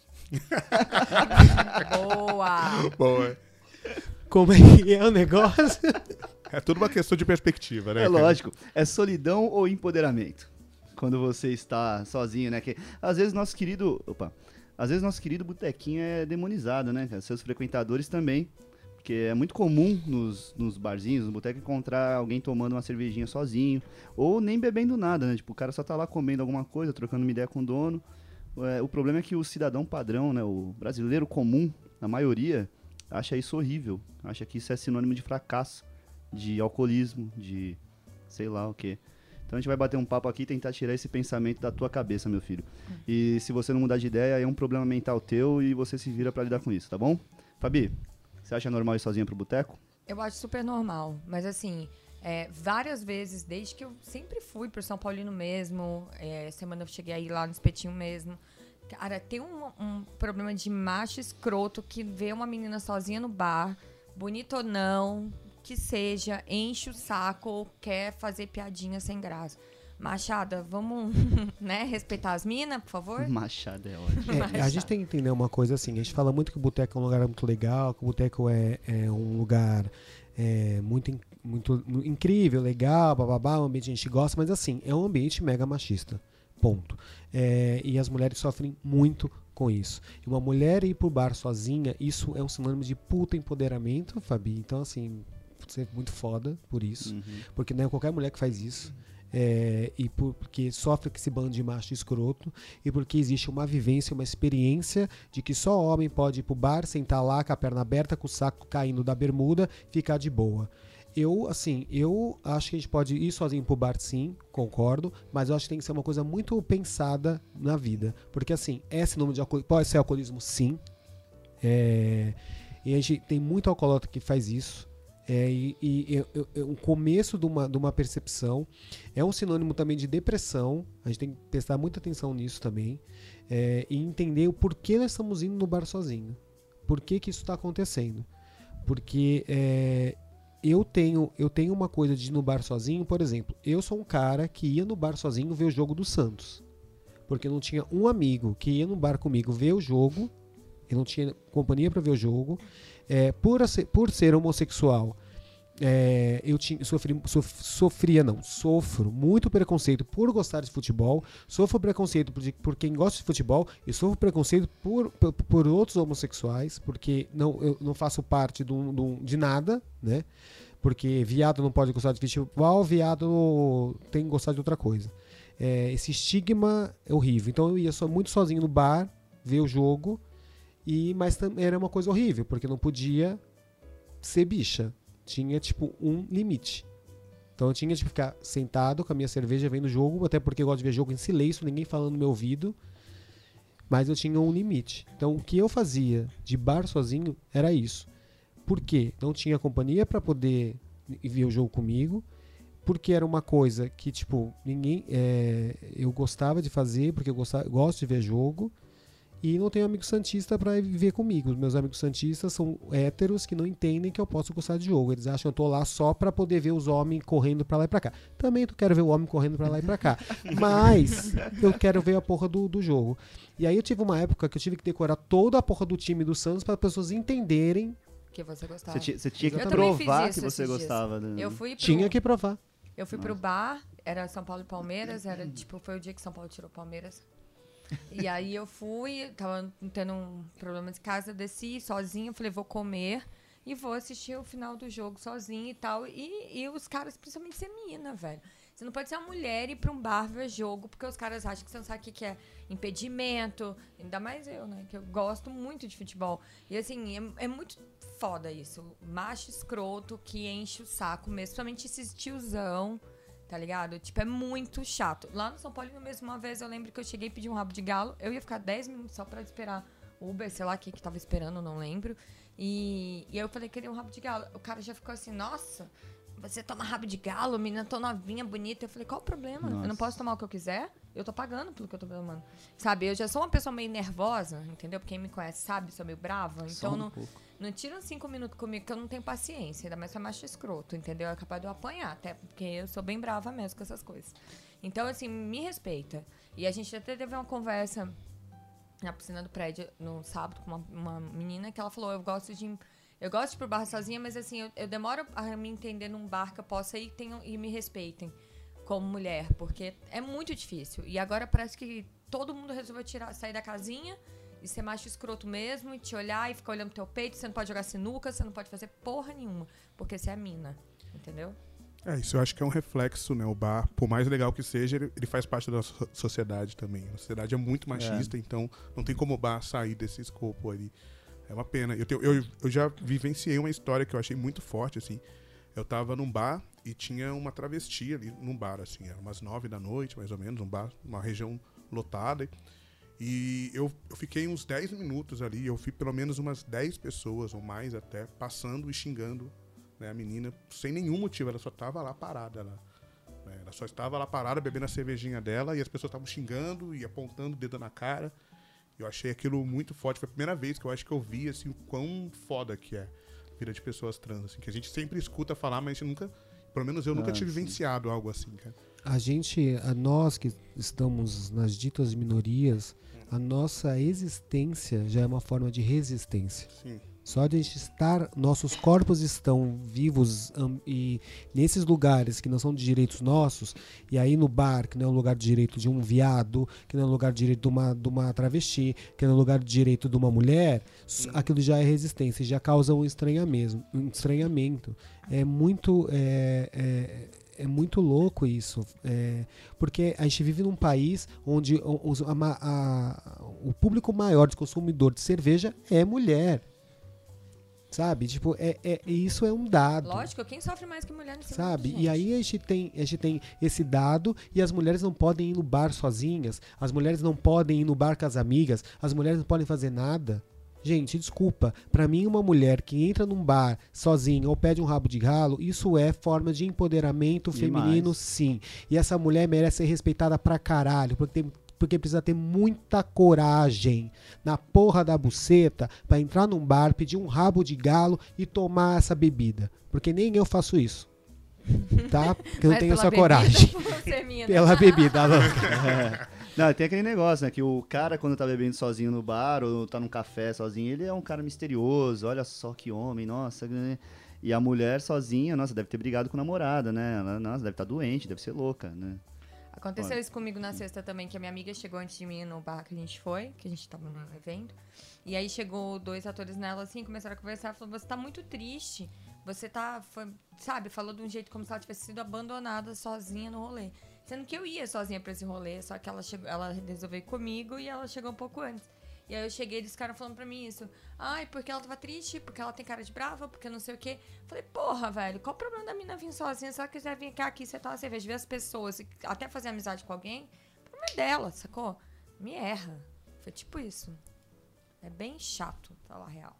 S3: Boa.
S2: Boa.
S4: como é que é o negócio?
S2: É tudo uma questão de perspectiva, né?
S1: É
S2: cara?
S1: lógico. É solidão ou empoderamento? Quando você está sozinho, né? Que às vezes nosso querido. Opa! Às vezes nosso querido botequinho é demonizado, né? cara? Seus frequentadores também. Porque é muito comum nos, nos barzinhos, no boteco, encontrar alguém tomando uma cervejinha sozinho. Ou nem bebendo nada, né? Tipo, o cara só tá lá comendo alguma coisa, trocando uma ideia com o dono. É, o problema é que o cidadão padrão, né? O brasileiro comum, a maioria, acha isso horrível. Acha que isso é sinônimo de fracasso, de alcoolismo, de sei lá o quê. Então a gente vai bater um papo aqui e tentar tirar esse pensamento da tua cabeça, meu filho. E se você não mudar de ideia, é um problema mental teu e você se vira pra lidar com isso, tá bom? Fabi, você acha normal ir sozinha pro boteco?
S3: Eu acho super normal, mas assim, é, várias vezes, desde que eu sempre fui pro São Paulino mesmo, é, semana eu cheguei aí lá no Espetinho mesmo. Cara, tem um, um problema de macho escroto que vê uma menina sozinha no bar, bonita ou não, que seja, enche o saco ou quer fazer piadinha sem graça. Machada, vamos né, respeitar as minas, por favor?
S1: Machado é ótimo.
S4: É, a gente tem que entender uma coisa assim, a gente fala muito que o boteco é um lugar muito legal, que o boteco é, é um lugar é, muito, in- muito incrível, legal, bababá, um ambiente que a gente gosta, mas assim, é um ambiente mega machista, ponto. É, e as mulheres sofrem muito com isso. E uma mulher ir pro bar sozinha, isso é um sinônimo de puta empoderamento, Fabi, então assim, você é muito foda por isso,
S1: Uhum.
S4: porque não é qualquer mulher que faz isso. É, e por- porque sofre com esse bando de macho escroto e porque existe uma vivência, uma experiência de que só homem pode ir pro bar, sentar lá com a perna aberta, com o saco caindo da bermuda, ficar de boa. Eu, assim, eu acho que a gente pode ir sozinho pro bar, sim, concordo, mas eu acho que tem que ser uma coisa muito pensada na vida. Porque, assim, é sinônimo de alcoolismo, pode ser alcoolismo, sim. É, e a gente tem muito alcoólatra que faz isso. É, e, e é- é- é um começo de uma, de uma percepção. É um sinônimo também de depressão. A gente tem que prestar muita atenção nisso também. É, e entender o porquê nós estamos indo no bar sozinho. Por que, que isso está acontecendo? Porque é, eu, tenho, eu tenho uma coisa de ir no bar sozinho, por exemplo. Eu sou um cara que ia no bar sozinho ver o jogo do Santos. Porque eu não tinha um amigo que ia no bar comigo ver o jogo. Eu não tinha companhia para ver o jogo. É, por, a ser, por ser homossexual, é, eu tinha, sofri, sof, sofria, não, sofro muito preconceito por gostar de futebol, sofro preconceito por, por quem gosta de futebol e sofro preconceito por, por, por outros homossexuais, porque não, eu não faço parte de, um, de, um, de nada, né? Porque viado não pode gostar de futebol, viado tem que gostar de outra coisa. É, esse estigma é horrível. Então eu ia só, muito sozinho no bar, ver o jogo. E, mas tam- era uma coisa horrível, porque não podia ser bicha. Tinha, tipo, um limite. Então eu tinha de ficar sentado com a minha cerveja vendo o jogo, até porque eu gosto de ver jogo em silêncio, ninguém falando no meu ouvido. Mas eu tinha um limite. Então o que eu fazia de bar sozinho era isso. Por quê? Não tinha companhia para poder ver o jogo comigo. Porque era uma coisa que, tipo, ninguém. É, eu gostava de fazer, porque eu gostava, gosto de ver jogo. E não tenho amigo santista pra viver comigo. Os meus amigos santistas são héteros que não entendem que eu posso gostar de jogo. Eles acham que eu tô lá só pra poder ver os homens correndo pra lá e pra cá. Também tu quero ver o homem correndo pra lá e pra cá. Mas eu quero ver a porra do, do jogo. E aí eu tive uma época que eu tive que decorar toda a porra do time do Santos para as pessoas entenderem.
S3: Que você gostava.
S1: Você tinha, você tinha que
S3: Eu também fiz
S1: provar
S3: isso
S1: que você
S3: esses dias.
S1: gostava. Né?
S3: Eu fui pro,
S4: Tinha que provar.
S3: Eu fui pro bar, era São Paulo e Palmeiras, era tipo, foi o dia que São Paulo tirou Palmeiras. E aí eu fui, tava tendo um problema de casa, desci sozinha, falei, vou comer e vou assistir o final do jogo sozinha e tal. E, e os caras, principalmente ser menina, velho. Você não pode ser uma mulher e ir pra um bar ver jogo, porque os caras acham que você não sabe o que que é impedimento. Ainda mais eu, né? Que eu gosto muito de futebol. E assim, é, é muito foda isso. Macho escroto que enche o saco mesmo, principalmente esses tiozão, tá ligado? Tipo, é muito chato. Lá no São Paulino mesmo, uma vez eu lembro que eu cheguei e pedi um rabo de galo. Eu ia ficar dez minutos só pra esperar o Uber, sei lá, quem que tava esperando, não lembro. E, e aí eu falei, queria um rabo de galo. O cara já ficou assim, nossa, você toma rabo de galo, menina tão novinha, bonita. Eu falei, qual o problema?
S1: Nossa.
S3: Eu não posso tomar o que eu quiser? Eu tô pagando pelo que eu tô tomando. Sabe, eu já sou uma pessoa meio nervosa, entendeu? Porque quem me conhece sabe, sou meio brava.
S1: Só
S3: Então
S1: um
S3: não,
S1: pouco.
S3: não tiram cinco minutos comigo que eu não tenho paciência. Ainda mais pra macho escroto, entendeu? É capaz de eu apanhar, até porque eu sou bem brava mesmo com essas coisas. Então, assim, me respeita. E a gente até teve uma conversa na piscina do prédio no sábado com uma, uma menina que ela falou, eu gosto de... Eu gosto de ir pro bar sozinha, mas assim, eu, eu demoro a me entender num bar que eu possa ir tenham, e me respeitem como mulher, porque é muito difícil. E agora parece que todo mundo resolveu tirar, sair da casinha e ser macho escroto mesmo, e te olhar e ficar olhando pro teu peito, você não pode jogar sinuca, você não pode fazer porra nenhuma, porque você é mina, entendeu?
S2: É, isso eu acho que é um reflexo, né? O bar, por mais legal que seja, ele, ele faz parte da so- sociedade também. A sociedade é muito machista, então não tem como o bar sair desse escopo ali. É uma pena. Eu, tenho, eu, eu já vivenciei uma história que eu achei muito forte, assim. Eu tava num bar e tinha uma travesti ali num bar, assim. Era umas nove da noite, mais ou menos, um bar, uma região lotada. E eu, eu fiquei uns dez minutos ali, eu vi pelo menos umas dez pessoas, ou mais até, passando e xingando, né, a menina, sem nenhum motivo. Ela só tava lá parada, ela, né, ela só estava lá parada, bebendo a cervejinha dela, e as pessoas estavam xingando e apontando o dedo na cara. Eu achei aquilo muito forte. Foi a primeira vez que eu acho que eu vi, assim, o quão foda que é a vida de pessoas trans, assim, que a gente sempre escuta falar, mas a gente nunca, pelo menos eu nunca
S1: Ah,
S2: tive
S1: sim.
S2: vivenciado algo assim, cara.
S4: A gente, a nós que estamos nas ditas minorias, a nossa existência já é uma forma de resistência.
S2: Sim.
S4: Só de a gente estar, nossos corpos estão vivos am- e nesses lugares que não são de direitos nossos, e aí no bar, que não é um lugar de direito de um viado, que não é um lugar de direito de uma, de uma travesti, que não é um lugar de direito de uma mulher, s- aquilo já é resistência, já causa um estranhamento. Um estranhamento. É muito... É, é, é muito louco isso, é, porque a gente vive num país onde o- os- a ma- a- o público maior de consumidor de cerveja é mulher. Sabe? Tipo, é, é, isso é um dado.
S3: Lógico, quem sofre mais que mulher nesse
S4: Sabe?
S3: mundo,
S4: E aí a gente, tem, a gente tem esse dado e as mulheres não podem ir no bar sozinhas, as mulheres não podem ir no bar com as amigas, as mulheres não podem fazer nada. Gente, desculpa, pra mim uma mulher que entra num bar sozinha ou pede um rabo de galo, isso é forma de empoderamento
S1: Demais.
S4: feminino, sim. E essa mulher merece ser respeitada pra caralho, porque tem porque precisa ter muita coragem na porra da buceta pra entrar num bar, pedir um rabo de galo e tomar essa bebida. Porque nem eu faço isso. Tá? Porque eu não
S3: Mas
S4: tenho
S3: pela
S4: essa
S3: bebida,
S4: coragem.
S3: por ser mina.
S4: Pela bebida, louca.
S1: É. Não, tem aquele negócio, né? Que o cara, quando tá bebendo sozinho no bar ou tá num café sozinho, ele é um cara misterioso. Olha só que homem, nossa. Né? E a mulher sozinha, nossa, deve ter brigado com o namorado, né? Ela, nossa, deve estar doente, deve ser louca, né?
S3: Aconteceu
S1: Olha.
S3: isso comigo na sexta também, que a minha amiga chegou antes de mim no bar que a gente foi, que a gente tava no evento. E aí chegou dois atores nela assim, começaram a conversar, falou, você tá muito triste. Você tá, foi, sabe, falou de um jeito como se ela tivesse sido abandonada sozinha no rolê. Sendo que eu ia sozinha pra esse rolê, só que ela, chegou, ela resolveu ir comigo e ela chegou um pouco antes. E aí eu cheguei e eles ficaram falando pra mim isso. Ai, porque ela tava triste, porque ela tem cara de brava, porque não sei o quê. Falei, porra, velho, qual o problema da mina vir sozinha? Se ela quiser vir aqui, você toma cerveja, ver as pessoas, e até fazer amizade com alguém, o problema é dela, sacou? Me erra. Foi tipo isso. É bem chato, falar a real.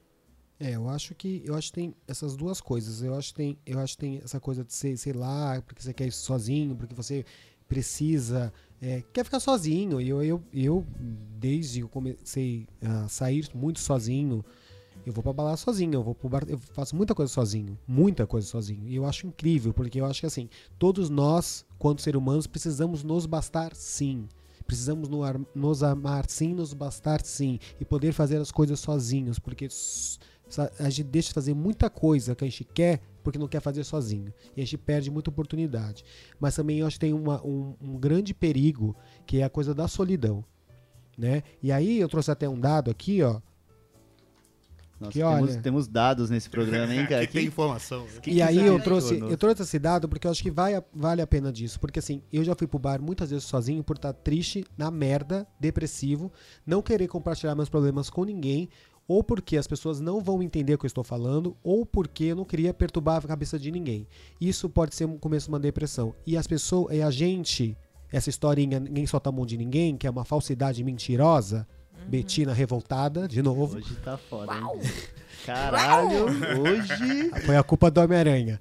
S4: É, eu acho que eu acho que tem essas duas coisas. Eu acho que tem, eu acho que tem essa coisa de ser, sei lá, porque você quer ir sozinho, porque você precisa, é, quer ficar sozinho. E eu, eu, eu, desde que eu comecei a sair muito sozinho, eu vou pra balada sozinho, eu vou pro bar, eu faço muita coisa sozinho, muita coisa sozinho. E eu acho incrível, porque eu acho que assim, todos nós, quanto seres humanos, precisamos nos bastar sim. Precisamos no ar- nos amar sim, nos bastar sim. E poder fazer as coisas sozinhos, porque s- a gente deixa de fazer muita coisa que a gente quer porque não quer fazer sozinho. E a gente perde muita oportunidade. Mas também eu acho que tem uma, um, um grande perigo, que é a coisa da solidão. Né? E aí eu trouxe até um dado aqui, ó.
S1: Nossa,
S4: Que
S1: temos,
S4: olha-
S1: temos dados nesse programa, hein, cara?
S2: Aqui tem informação.
S1: que
S4: e
S1: que
S4: aí
S1: você
S4: eu
S1: achou,
S4: trouxe,
S1: Nossa?
S4: eu trouxe esse dado porque eu acho que vai, a- vale a pena disso. Porque assim, eu já fui pro bar muitas vezes sozinho por estar triste, na merda, depressivo, não querer compartilhar meus problemas com ninguém, ou porque as pessoas não vão entender o que eu estou falando, ou porque eu não queria perturbar a cabeça de ninguém. Isso pode ser um começo de uma depressão. E as pessoas, e a gente, essa historinha, ninguém solta a mão de ninguém, que é uma falsidade mentirosa, uhum. Betina revoltada, de novo.
S1: Hoje tá foda, hein? Caralho, hoje...
S4: Foi a culpa do Homem-Aranha.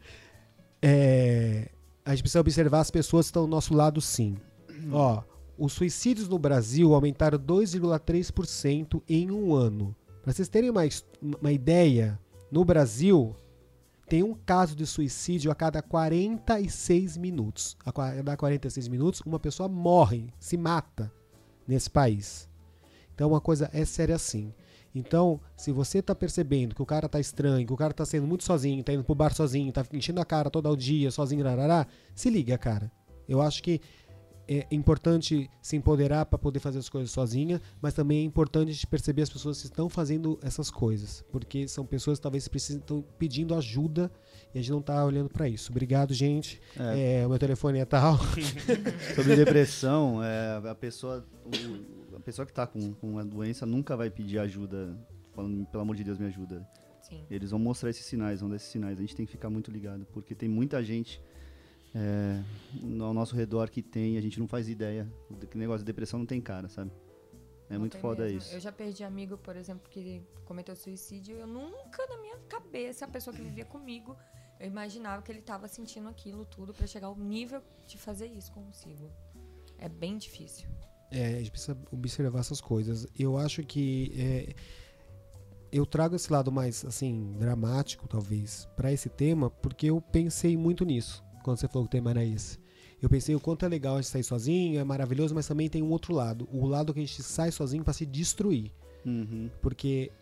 S4: É, a gente precisa observar as pessoas que estão do nosso lado, sim. Ó, os suicídios no Brasil aumentaram dois vírgula três por cento em um ano. Para vocês terem uma, uma ideia, no Brasil tem um caso de suicídio a cada quarenta e seis minutos. A cada quarenta e seis minutos, uma pessoa morre, se mata nesse país. Então, uma coisa é séria assim. Então, se você está percebendo que o cara tá estranho, que o cara tá sendo muito sozinho, tá indo pro bar sozinho, tá enchendo a cara todo o dia, sozinho, rarará, se liga, cara. Eu acho que é importante se empoderar para poder fazer as coisas sozinha, mas também é importante a gente perceber as pessoas que estão fazendo essas coisas, porque são pessoas que talvez estão pedindo ajuda e a gente não está olhando para isso. Obrigado, gente. É. É, o meu telefone é tal.
S1: Sobre depressão, é, a pessoa, o, a pessoa que está com, com a doença nunca vai pedir ajuda, falando, pelo amor de Deus, me ajuda.
S3: Sim.
S1: Eles vão mostrar esses sinais, vão dar esses sinais. A gente tem que ficar muito ligado, porque tem muita gente É, ao nosso redor que tem, a gente não faz ideia. Que negócio de depressão não tem cara, sabe? É
S3: não
S1: muito foda
S3: mesmo.
S1: isso.
S3: Eu já perdi amigo, por exemplo, que cometeu suicídio. Eu nunca, na minha cabeça, a pessoa que vivia comigo, eu imaginava que ele estava sentindo aquilo tudo pra chegar ao nível de fazer isso consigo. É bem difícil.
S4: É, a gente precisa observar essas coisas. Eu acho que é, eu trago esse lado mais, assim, dramático, talvez, pra esse tema, porque eu pensei muito nisso. Quando você falou que o tema era esse. Eu pensei o quanto é legal a gente sair sozinho, é maravilhoso, mas também tem um outro lado. O lado que a gente sai sozinho para se destruir.
S1: Uhum.
S4: Porque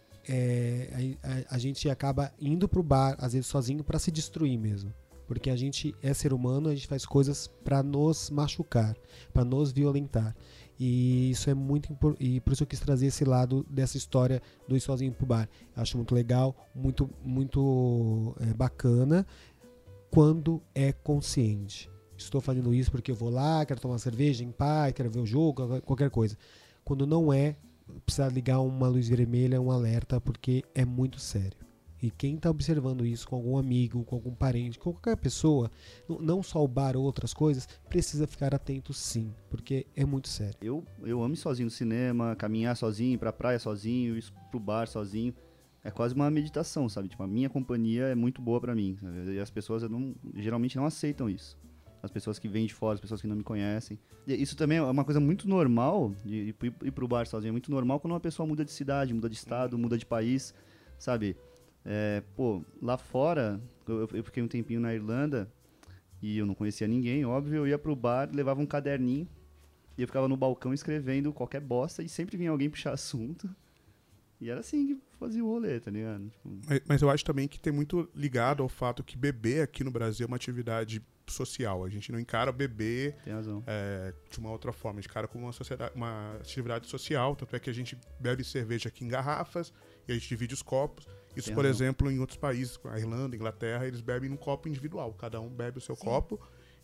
S4: é, a, a, a gente acaba indo pro bar, às vezes sozinho, para se destruir mesmo. Porque a gente é ser humano, a gente faz coisas para nos machucar, para nos violentar. E isso é muito importante. E por isso eu quis trazer esse lado dessa história do ir sozinho pro bar. Acho muito legal, muito, muito é, bacana. Quando é consciente. Estou fazendo isso porque eu vou lá, quero tomar uma cerveja em paz, quero ver o jogo, qualquer coisa. Quando não é, precisa ligar uma luz vermelha, um alerta, porque é muito sério. E quem está observando isso com algum amigo, com algum parente, com qualquer pessoa, não só o bar ou outras coisas, precisa ficar atento sim, porque é muito sério.
S1: Eu, eu amo ir sozinho no cinema, caminhar sozinho, ir pra praia sozinho, ir pro bar sozinho. É quase uma meditação, sabe? Tipo, a minha companhia é muito boa pra mim, sabe? E as pessoas não, geralmente não aceitam isso. As pessoas que vêm de fora, as pessoas que não me conhecem. E isso também é uma coisa muito normal, de ir, ir pro bar sozinho. É muito normal quando uma pessoa muda de cidade, muda de estado, muda de país, sabe? É, pô, lá fora, eu, eu fiquei um tempinho na Irlanda e eu não conhecia ninguém, óbvio. Eu ia pro bar, levava um caderninho e eu ficava no balcão escrevendo qualquer bosta e sempre vinha alguém puxar assunto. E era assim que fazia o rolê, tá ligado? Tipo...
S2: Mas, mas eu acho também que tem muito ligado ao fato que beber aqui no Brasil é uma atividade social. A gente não encara beber é, de uma outra forma. A gente encara como uma, sociedade, uma atividade social. Tanto é que a gente bebe cerveja aqui em garrafas e a gente divide os copos. Isso, tem por razão. Exemplo, em outros países, a Irlanda, Inglaterra, eles bebem num copo individual. Cada um bebe o seu Sim. copo.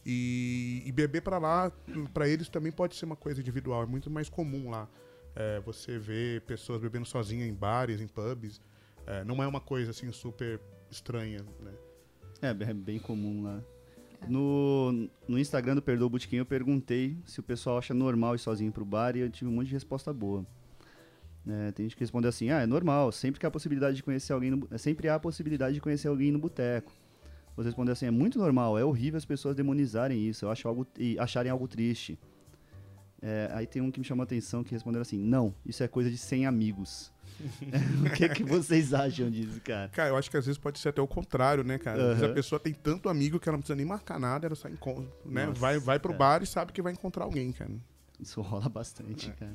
S2: E, e beber para lá, para eles também pode ser uma coisa individual. É muito mais comum lá. É, você vê pessoas bebendo sozinhas em bares, em pubs. É, não é uma coisa assim super estranha, né?
S1: É, é bem comum lá. No, no Instagram do Perdoa o Botequim eu perguntei se o pessoal acha normal ir sozinho pro bar e eu tive um monte de resposta boa. É, tem gente que responde assim, ah, é normal, sempre que há a possibilidade de conhecer alguém no, sempre há a possibilidade de conhecer alguém no boteco. Você responde assim, é muito normal, é horrível as pessoas demonizarem isso, eu acho algo, e acharem algo triste. É, aí tem um que me chamou a atenção que respondeu assim, não, isso é coisa de sem amigos. O que, que vocês acham disso, cara?
S2: Cara, eu acho que às vezes pode ser até o contrário, né, cara? Às vezes
S1: Uhum.
S2: a pessoa tem tanto amigo que ela não precisa nem marcar nada, ela só encontra, né?
S1: Nossa,
S2: vai, vai pro
S1: cara.
S2: bar e sabe que vai encontrar alguém, cara.
S1: Isso rola bastante, é. cara.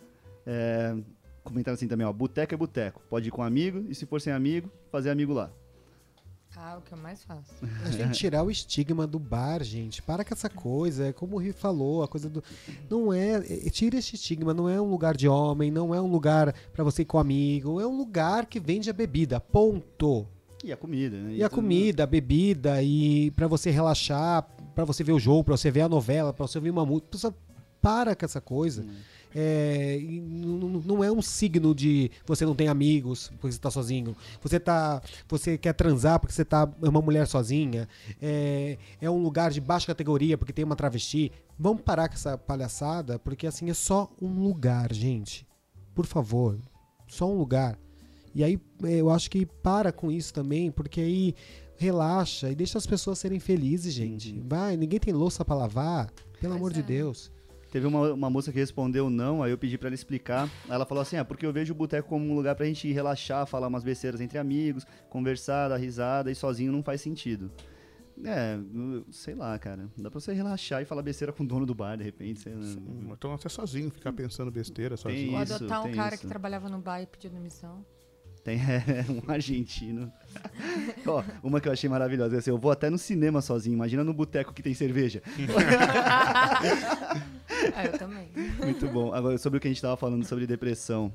S1: É, comentaram assim também, ó, boteco é boteco, pode ir com amigo e se for sem amigo, fazer amigo lá.
S3: Ah, o que eu mais faço.
S4: A gente tem que tirar o estigma do bar, gente. Para com essa coisa. É como o Ri falou, a coisa do... Não é... é tira esse estigma. Não é um lugar de homem, não é um lugar pra você ir com amigo. É um lugar que vende a bebida. Ponto.
S1: E a comida, né?
S4: E a comida, a bebida, e pra você relaxar, pra você ver o jogo, pra você ver a novela, pra você ouvir uma música. Precisa para com essa coisa. É, e n- não é um signo de você não tem amigos porque você tá sozinho. Você, tá, você quer transar porque você tá é uma mulher sozinha. É, é um lugar de baixa categoria porque tem uma travesti. Vamos parar com essa palhaçada, porque assim é só um lugar, gente. Por favor, só um lugar. E aí eu acho que para com isso também, porque aí relaxa e deixa as pessoas serem felizes, gente. Vai, ninguém tem louça pra lavar, pelo amor de Deus.
S1: Teve uma, uma moça que respondeu não, aí eu pedi pra ela explicar. Ela falou assim, ah, porque eu vejo o boteco como um lugar pra gente relaxar, falar umas besteiras entre amigos, conversar, dar risada, e sozinho não faz sentido. É, eu- sei lá, cara. Dá pra você relaxar e falar besteira com o dono do bar, de repente. Sei lá.
S2: Então até sozinho, ficar pensando besteira
S1: Tem
S2: sozinho.
S3: Ou
S1: isso,
S3: adotar um
S1: tem
S3: cara
S1: isso.
S3: que trabalhava no bar e pediu demissão.
S1: Tem é, um argentino. Ó, uma que eu achei maravilhosa. é Assim, eu vou até no cinema sozinho. Imagina no boteco que tem cerveja.
S3: É, eu também.
S1: Muito bom. Agora, sobre o que a gente tava falando sobre depressão.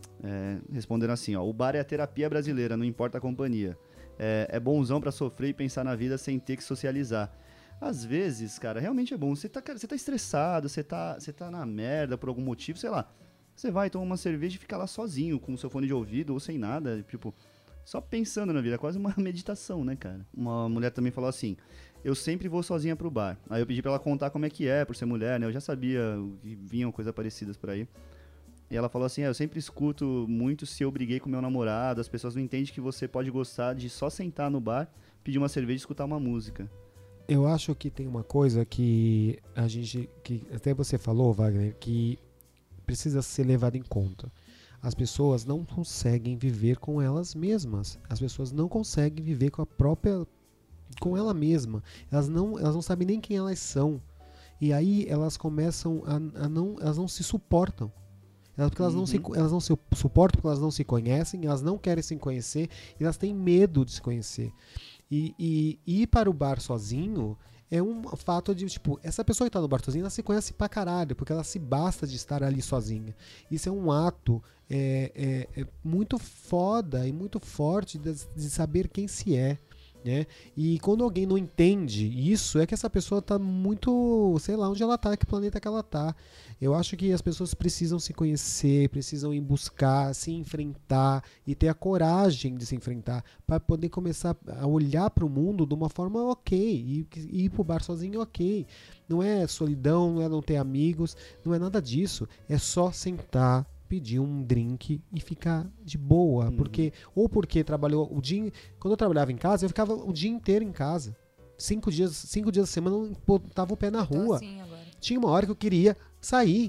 S1: É, respondendo assim, ó. O bar é a terapia brasileira, não importa a companhia. É, é bonzão pra sofrer e pensar na vida sem ter que socializar. Às vezes, cara, realmente é bom. Você tá, cara, você tá estressado, você tá, você tá na merda por algum motivo, sei lá. Você vai tomar uma cerveja e fica lá sozinho, com o seu fone de ouvido ou sem nada, tipo, só pensando na vida. É quase uma meditação, né, cara? Uma mulher também falou assim, eu sempre vou sozinha pro bar. Aí eu pedi pra ela contar como é que é, por ser mulher, né? Eu já sabia que vinham coisas parecidas por aí. E ela falou assim, é, eu sempre escuto muito se eu briguei com meu namorado, as pessoas não entendem que você pode gostar de só sentar no bar, pedir uma cerveja e escutar uma música.
S4: Eu acho que tem uma coisa que a gente, que até você falou, Wagner, que precisa ser levado em conta. As pessoas não conseguem viver com elas mesmas. As pessoas não conseguem viver com a própria, com ela mesma. Elas não, elas não sabem nem quem elas são. E aí elas começam a, a não, elas não se suportam. Elas, porque elas, não se, elas não se suportam porque elas não se conhecem, elas não querem se conhecer, e elas têm medo de se conhecer. E, e, e ir para o bar sozinho é um fato de, tipo, essa pessoa que tá no bar sozinha, ela se conhece pra caralho, porque ela se basta de estar ali sozinha. Isso é um ato é, é, é muito foda e muito forte de, de saber quem se é. Né? E quando alguém não entende isso, é que essa pessoa tá muito, sei lá onde ela tá, que planeta que ela tá. Eu acho que as pessoas precisam se conhecer, precisam ir buscar, se enfrentar e ter a coragem de se enfrentar para poder começar a olhar para o mundo de uma forma ok, e, e ir pro bar sozinho ok. Não é solidão, não é não ter amigos, não é nada disso. É só sentar, pedir um drink e ficar de boa,
S1: Uhum.
S4: porque ou porque trabalhou o dia, quando eu trabalhava em casa, eu ficava o dia inteiro em casa, cinco dias, cinco dias da semana eu botava o pé na
S3: Tô
S4: rua.
S3: assim agora.
S4: Tinha uma hora que eu queria sair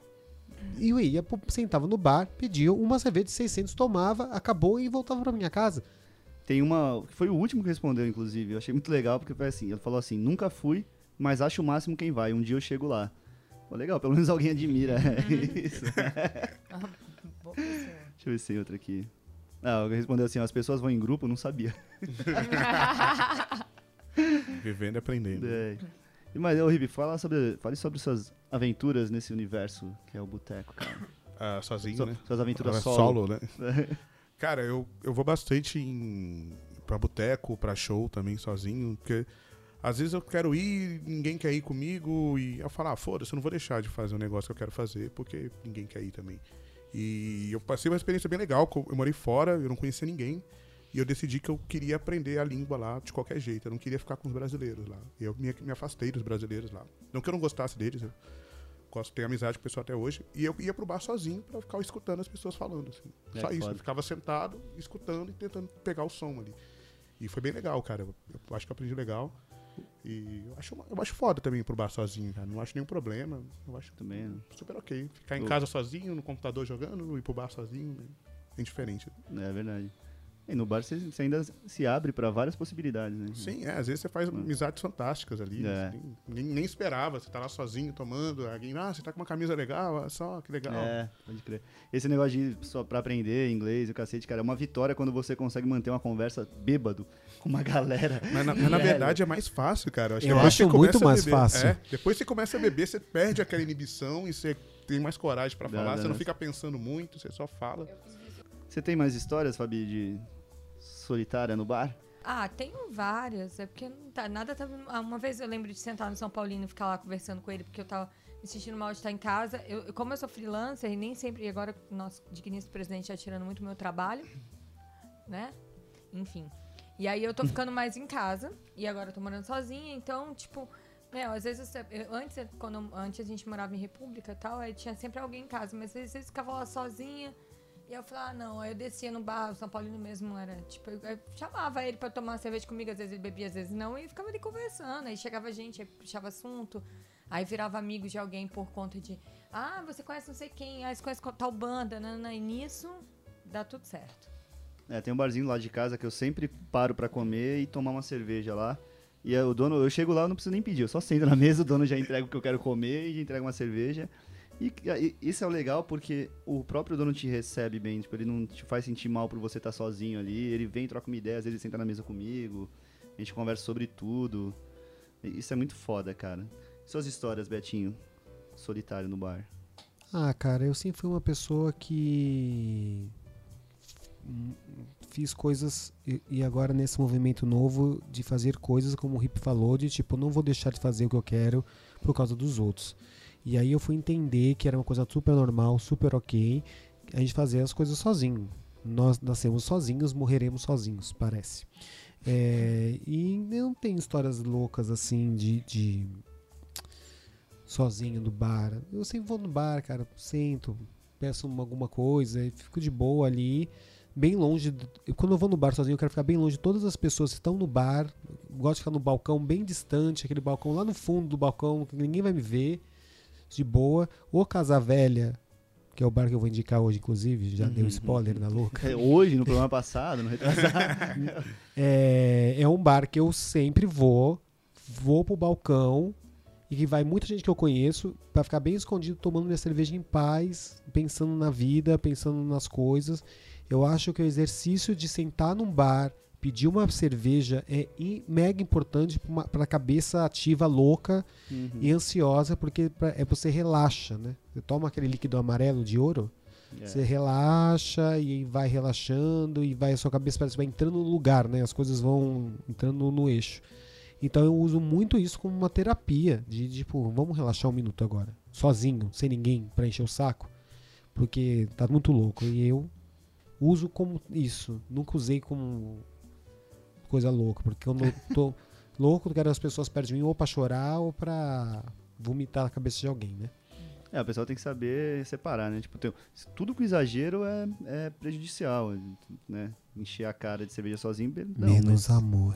S4: e eu ia, pro- sentava no bar, pedia uma cerveja de seiscentos, tomava, acabou e voltava pra minha casa.
S1: Tem uma. Foi o último que respondeu, inclusive. Eu achei muito legal, porque foi assim: ele falou assim, nunca fui, mas acho o máximo quem vai. Um dia eu chego lá. Pô, legal, pelo menos alguém admira. É isso.
S3: Ah, boa pessoa.
S1: Deixa eu ver se tem outra aqui. Ah, alguém respondeu assim: as pessoas vão em grupo, eu não sabia.
S2: Vivendo e aprendendo.
S1: É. E, Mas, ô, Ribe, fala sobre, fale sobre suas aventuras nesse universo que é o boteco, cara.
S2: Ah, sozinho,
S1: Su-
S2: né?
S1: Suas aventuras
S2: Ah,
S1: solo.
S2: né? Cara, eu, eu vou bastante em, pra boteco, pra show também, sozinho, porque às vezes eu quero ir, ninguém quer ir comigo, e eu falo, ah, foda-se, eu não vou deixar de fazer um negócio que eu quero fazer, porque ninguém quer ir também. E eu passei uma experiência bem legal, que eu eu morei fora, eu não conhecia ninguém, e eu decidi que eu queria aprender a língua lá de qualquer jeito, eu não queria ficar com os brasileiros lá. E eu me, me afastei dos brasileiros lá. Não que eu não gostasse deles, eu gosto de ter amizade com o pessoal até hoje, e eu ia pro bar sozinho pra ficar escutando as pessoas falando, assim.
S1: É,
S2: Só isso,
S1: foda.
S2: eu ficava sentado, escutando e tentando pegar o som ali. E foi bem legal, cara, eu, eu acho que eu aprendi legal. E eu acho, eu acho foda também ir pro bar sozinho, cara, não acho nenhum problema, eu acho
S1: Também, né?
S2: super ok. Ficar em
S1: Eu-
S2: casa sozinho, no computador jogando, ir pro bar sozinho, é indiferente.
S1: É verdade. E no bar você, você ainda se abre pra várias possibilidades, né?
S2: Sim, é, às vezes você faz amizades fantásticas ali,
S1: É.
S2: você nem, nem, nem esperava, você tá lá sozinho tomando, alguém, ah, você tá com uma camisa legal, olha só, que legal.
S1: É, pode crer. Esse negócio de ir só pra aprender inglês e o cacete, cara, é uma vitória quando você consegue manter uma conversa bêbado com uma galera.
S2: Mas na, mas na
S1: velho.
S2: verdade é mais fácil, cara.
S4: Eu
S2: que depois
S4: acho
S2: você começa
S4: muito
S2: a
S4: mais
S2: beber-
S4: fácil.
S2: É, depois você começa a beber, você perde aquela inibição e você tem mais coragem pra
S1: Dá,
S2: falar,
S1: dá,
S2: você não
S1: né?
S2: fica pensando muito, você só fala.
S1: Você tem mais histórias, Fabi, de solitária no bar?
S3: Ah, tenho várias. É porque não tá, nada tá. ah, Uma vez eu lembro de sentar no São Paulino e ficar lá conversando com ele, porque eu tava. me sentindo mal de estar em casa. Eu, como eu sou freelancer e nem sempre... E agora, nosso digníssimo presidente está tirando muito meu trabalho, né? Enfim. E aí eu tô ficando mais em casa. E agora eu tô morando sozinha. Então, tipo... Meu, às vezes... Eu, eu- antes, quando, antes a gente morava em República e tal, aí tinha sempre alguém em casa. Mas às vezes eu ficava lá sozinha. E eu falava, ah, não. Aí eu descia no bar. O São Paulino mesmo era... Tipo, eu, eu chamava ele pra tomar uma cerveja comigo. Às vezes ele bebia, às vezes não. E ficava ali conversando. Aí chegava gente, aí puxava assunto. Aí virava amigo de alguém por conta de... Ah, você conhece não sei quem. Ah, você conhece tal banda. Nanana. E nisso, dá tudo certo.
S1: É, tem um barzinho lá de casa que eu sempre paro pra comer e tomar uma cerveja lá. E aí o dono, eu chego lá, eu não preciso nem pedir, eu só sento na mesa, o dono já entrega o que eu quero comer e entrega uma cerveja. E, e isso é o legal porque o próprio dono te recebe bem, tipo, ele não te faz sentir mal por você estar sozinho ali, ele vem, troca uma ideia, às vezes ele senta na mesa comigo, a gente conversa sobre tudo. E isso é muito foda, cara. Suas histórias, Betinho, solitário no bar.
S4: Ah, cara, eu sempre fui uma pessoa que hum, fiz coisas e, e agora nesse movimento novo de fazer coisas como o Rip falou, de tipo, não vou deixar de fazer o que eu quero por causa dos outros. E aí eu fui entender que era uma coisa super normal, super ok, a gente fazer as coisas sozinho. Nós nascemos sozinhos, morreremos sozinhos, parece. É, e não tem histórias loucas assim de, de sozinho no bar. Eu sempre vou no bar, cara, sento, peço uma- alguma coisa e fico de boa ali, bem longe. do- eu, quando eu vou no bar sozinho, eu quero ficar bem longe de todas as pessoas que estão no bar. Eu gosto de ficar no balcão bem distante, aquele balcão lá no fundo do balcão, que ninguém vai me ver, de boa. Ou Casa Velha, que é o bar que eu vou indicar hoje, inclusive, já deu spoiler na louca.
S1: É, hoje, no programa passado, no retrasado.
S4: É, é um bar que eu sempre vou, vou pro balcão e que vai muita gente que eu conheço pra ficar bem escondido, tomando minha cerveja em paz, pensando na vida, pensando nas coisas. Eu acho que o exercício de sentar num bar, pedir uma cerveja é i- mega importante pra uma- pra cabeça ativa, louca
S1: Uhum.
S4: e ansiosa, porque pra- é você relaxa, né? Você toma aquele líquido amarelo de ouro,
S1: É.
S4: você relaxa e vai relaxando e vai a sua cabeça parece que vai entrando no lugar, né? As coisas vão entrando no eixo. Então eu uso muito isso como uma terapia de tipo, vamos relaxar um minuto agora, sozinho, sem ninguém pra encher o saco, porque tá muito louco. E eu uso como isso, nunca usei como coisa louca, porque eu não tô louco, eu quero as pessoas perto de mim ou pra chorar ou pra vomitar na cabeça de alguém, né?
S1: É, o pessoal tem que saber separar, né? Tipo, tem- tudo com exagero é, é prejudicial, né? Encher a cara de cerveja sozinho, não,
S4: Menos
S1: mas-
S4: amor.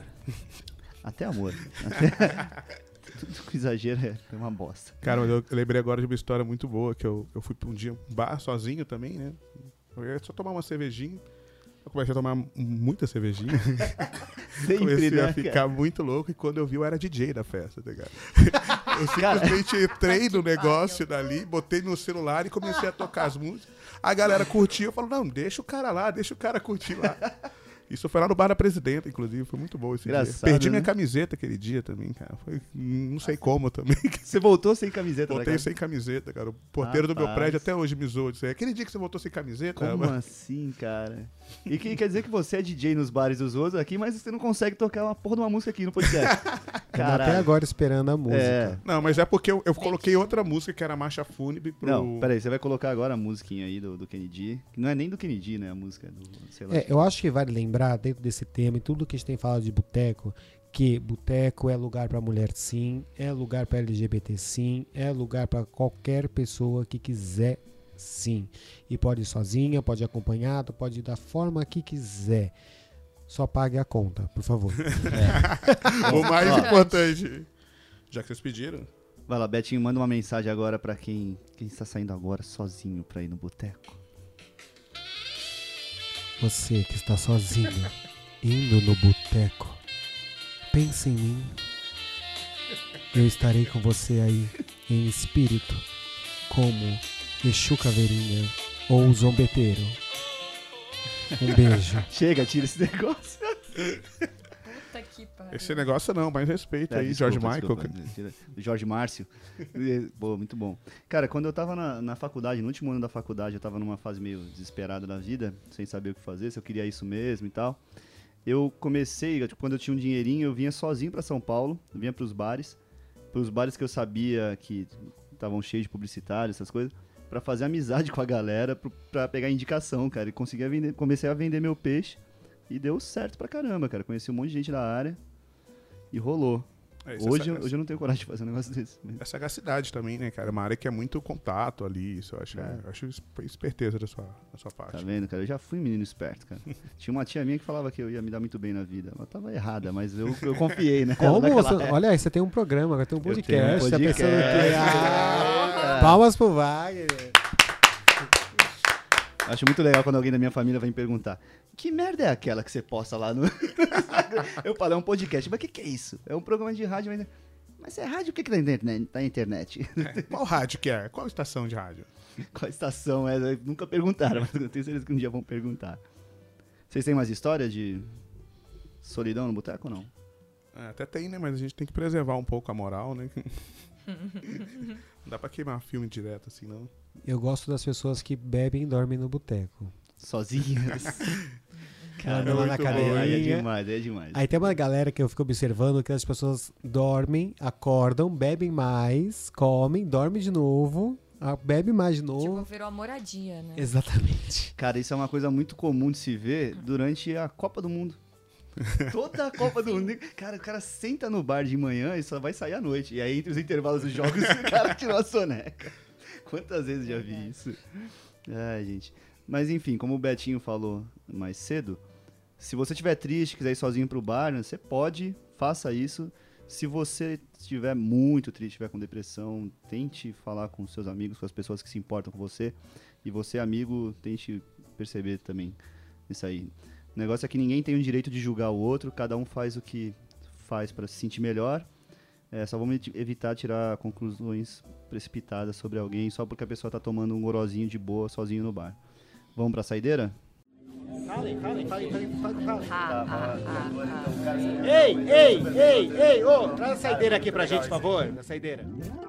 S1: Até amor. Até- tudo com exagero é é uma bosta.
S2: Cara, mas eu lembrei agora de uma história muito boa, que eu, eu fui pra um dia um bar sozinho também, né? Eu ia só tomar uma cervejinha. Eu comecei a tomar muita cervejinha.
S1: Sempre,
S2: Comecei
S1: né,
S2: a ficar
S1: cara?
S2: muito louco e quando eu vi eu era D J da festa, tá ligado? Eu
S1: Cara.
S2: simplesmente entrei no negócio dali, botei no celular e comecei a tocar as músicas. A galera curtiu, eu falo, não, deixa o cara lá, deixa o cara curtir lá. Isso foi lá no bar da Presidenta, inclusive, foi muito bom esse dia.
S1: Engraçado,
S2: Perdi minha
S1: né?
S2: camiseta aquele dia também, cara. Foi, não sei como também.
S1: Você voltou sem camiseta,
S2: Voltei
S1: né,
S2: sem camiseta, cara. O porteiro do meu
S1: Rapaz.
S2: prédio até hoje me zoou. Disse, aquele dia que você voltou sem camiseta...
S1: Como
S2: mas-
S1: assim, cara? E que quer dizer que você é D J nos bares dos outros aqui, mas você não consegue tocar uma porra de uma música aqui no podcast.
S4: Eu tô até
S1: Caralho.
S4: agora esperando a música.
S1: É.
S2: Não, mas é porque eu, eu coloquei outra música que era a Marcha Fúnebre pro...
S1: Não, peraí, você vai colocar agora a musiquinha aí do, do Kennedy, que não é nem do Kennedy, né, a música do, sei lá.
S4: É, eu acho que vale lembrar, dentro desse tema e tudo que a gente tem falado de boteco, que boteco é lugar pra mulher sim, é lugar pra L G B T sim, é lugar pra qualquer pessoa que quiser sim. E pode ir sozinha, pode ir acompanhado, pode ir da forma que quiser. Só pague a conta, por favor.
S2: O mais
S1: Ó.
S2: importante. Já que vocês pediram.
S1: Vai lá, Betinho, manda uma mensagem agora pra quem, quem está saindo agora sozinho pra ir no boteco.
S4: Você que está sozinho, indo no boteco, pense em mim. Eu estarei com você aí, em espírito, como Exu Caveirinha ou Zombeteiro. Um beijo.
S1: Chega, tira esse negócio.
S3: Puta que pariu.
S2: Esse negócio não, mas respeita
S1: É,
S2: aí,
S1: desculpa,
S2: George Michael.
S1: desculpa. Tira- Jorge Márcio. Pô, muito bom. Cara, quando eu tava na, na faculdade, no último ano da faculdade, eu tava numa fase meio desesperada da vida, sem saber o que fazer, se eu queria isso mesmo e tal. Eu comecei, tipo, quando eu tinha um dinheirinho, eu vinha sozinho pra São Paulo, eu vinha pros bares, pros bares que eu sabia que estavam cheios de publicitários, essas coisas, pra fazer amizade com a galera, pro- pra pegar indicação, cara. E consegui vender, comecei a vender meu peixe e deu certo pra caramba, cara. Conheci um monte de gente da área e rolou.
S2: É, isso é
S1: Hoje,
S2: saga-
S1: hoje eu não tenho coragem de fazer um negócio desse.
S2: É sagacidade também, né, cara? É uma área que é muito contato ali, isso eu acho,
S1: É.
S2: eu acho es- esperteza da sua, da sua
S1: Tá
S2: parte.
S1: vendo, cara? Eu já fui menino esperto, cara. Tinha uma tia minha que falava que eu ia me dar muito bem na vida. Ela tava errada, mas eu, eu confiei, né?
S4: Como
S1: Naquela
S4: você...
S1: época.
S4: Olha aí, você tem um programa, agora tem um
S1: tenho um
S4: podcast. tá
S1: podcast.
S4: pensando que... Ah, palmas pro Wagner.
S1: Acho muito legal quando alguém da minha família vem perguntar: que merda é aquela que você posta lá no Instagram? Eu falo, é um podcast. Mas o que, que é isso? É um programa de rádio, mas. Mas é rádio, o que, que tá na internet? Tá na internet?
S2: É, qual rádio que é? Qual estação de rádio?
S1: Qual estação é? Nunca perguntaram, mas eu tenho certeza que um dia vão perguntar. Vocês têm mais história de solidão no boteco ou não?
S2: É, até tem, né? Mas a gente tem que preservar um pouco a moral, né? Não dá pra queimar filme direto assim, não.
S4: Eu gosto das pessoas que bebem e dormem no boteco.
S1: Sozinhas?
S4: Cara, lá na
S1: muito bom. Aí é
S4: cadeirinha.
S1: demais, aí é demais.
S4: Aí tem uma galera que eu fico observando que as pessoas dormem, acordam, bebem mais, comem, dormem de novo, ah, bebe mais de novo.
S3: Tipo, virou a moradia, né?
S4: Exatamente.
S1: Cara, isso é uma coisa muito comum de se ver durante a Copa do Mundo. Toda a Copa do Mundo. Cara, o cara senta no bar de manhã e só vai sair à noite. E aí, entre os intervalos dos jogos, o cara tirou a soneca. Quantas vezes já vi isso? Ai, gente. Mas enfim, como o Betinho falou mais cedo, se você estiver triste, quiser ir sozinho pro bar, né, você pode, faça isso. Se você estiver muito triste, estiver com depressão, tente falar com seus amigos, com as pessoas que se importam com você. E você, amigo, tente perceber também isso aí. O negócio é que ninguém tem o direito de julgar o outro, cada um faz o que faz para se sentir melhor. É, só vamos evitar tirar conclusões precipitadas sobre alguém só porque a pessoa tá tomando um gorozinho de boa sozinho no bar. Vamos pra saideira?
S10: Fale, fale, fale, fale, fale, fale. Ei, ei, ei, ei, ô, traz a saideira aqui pra gente, por favor, a saideira.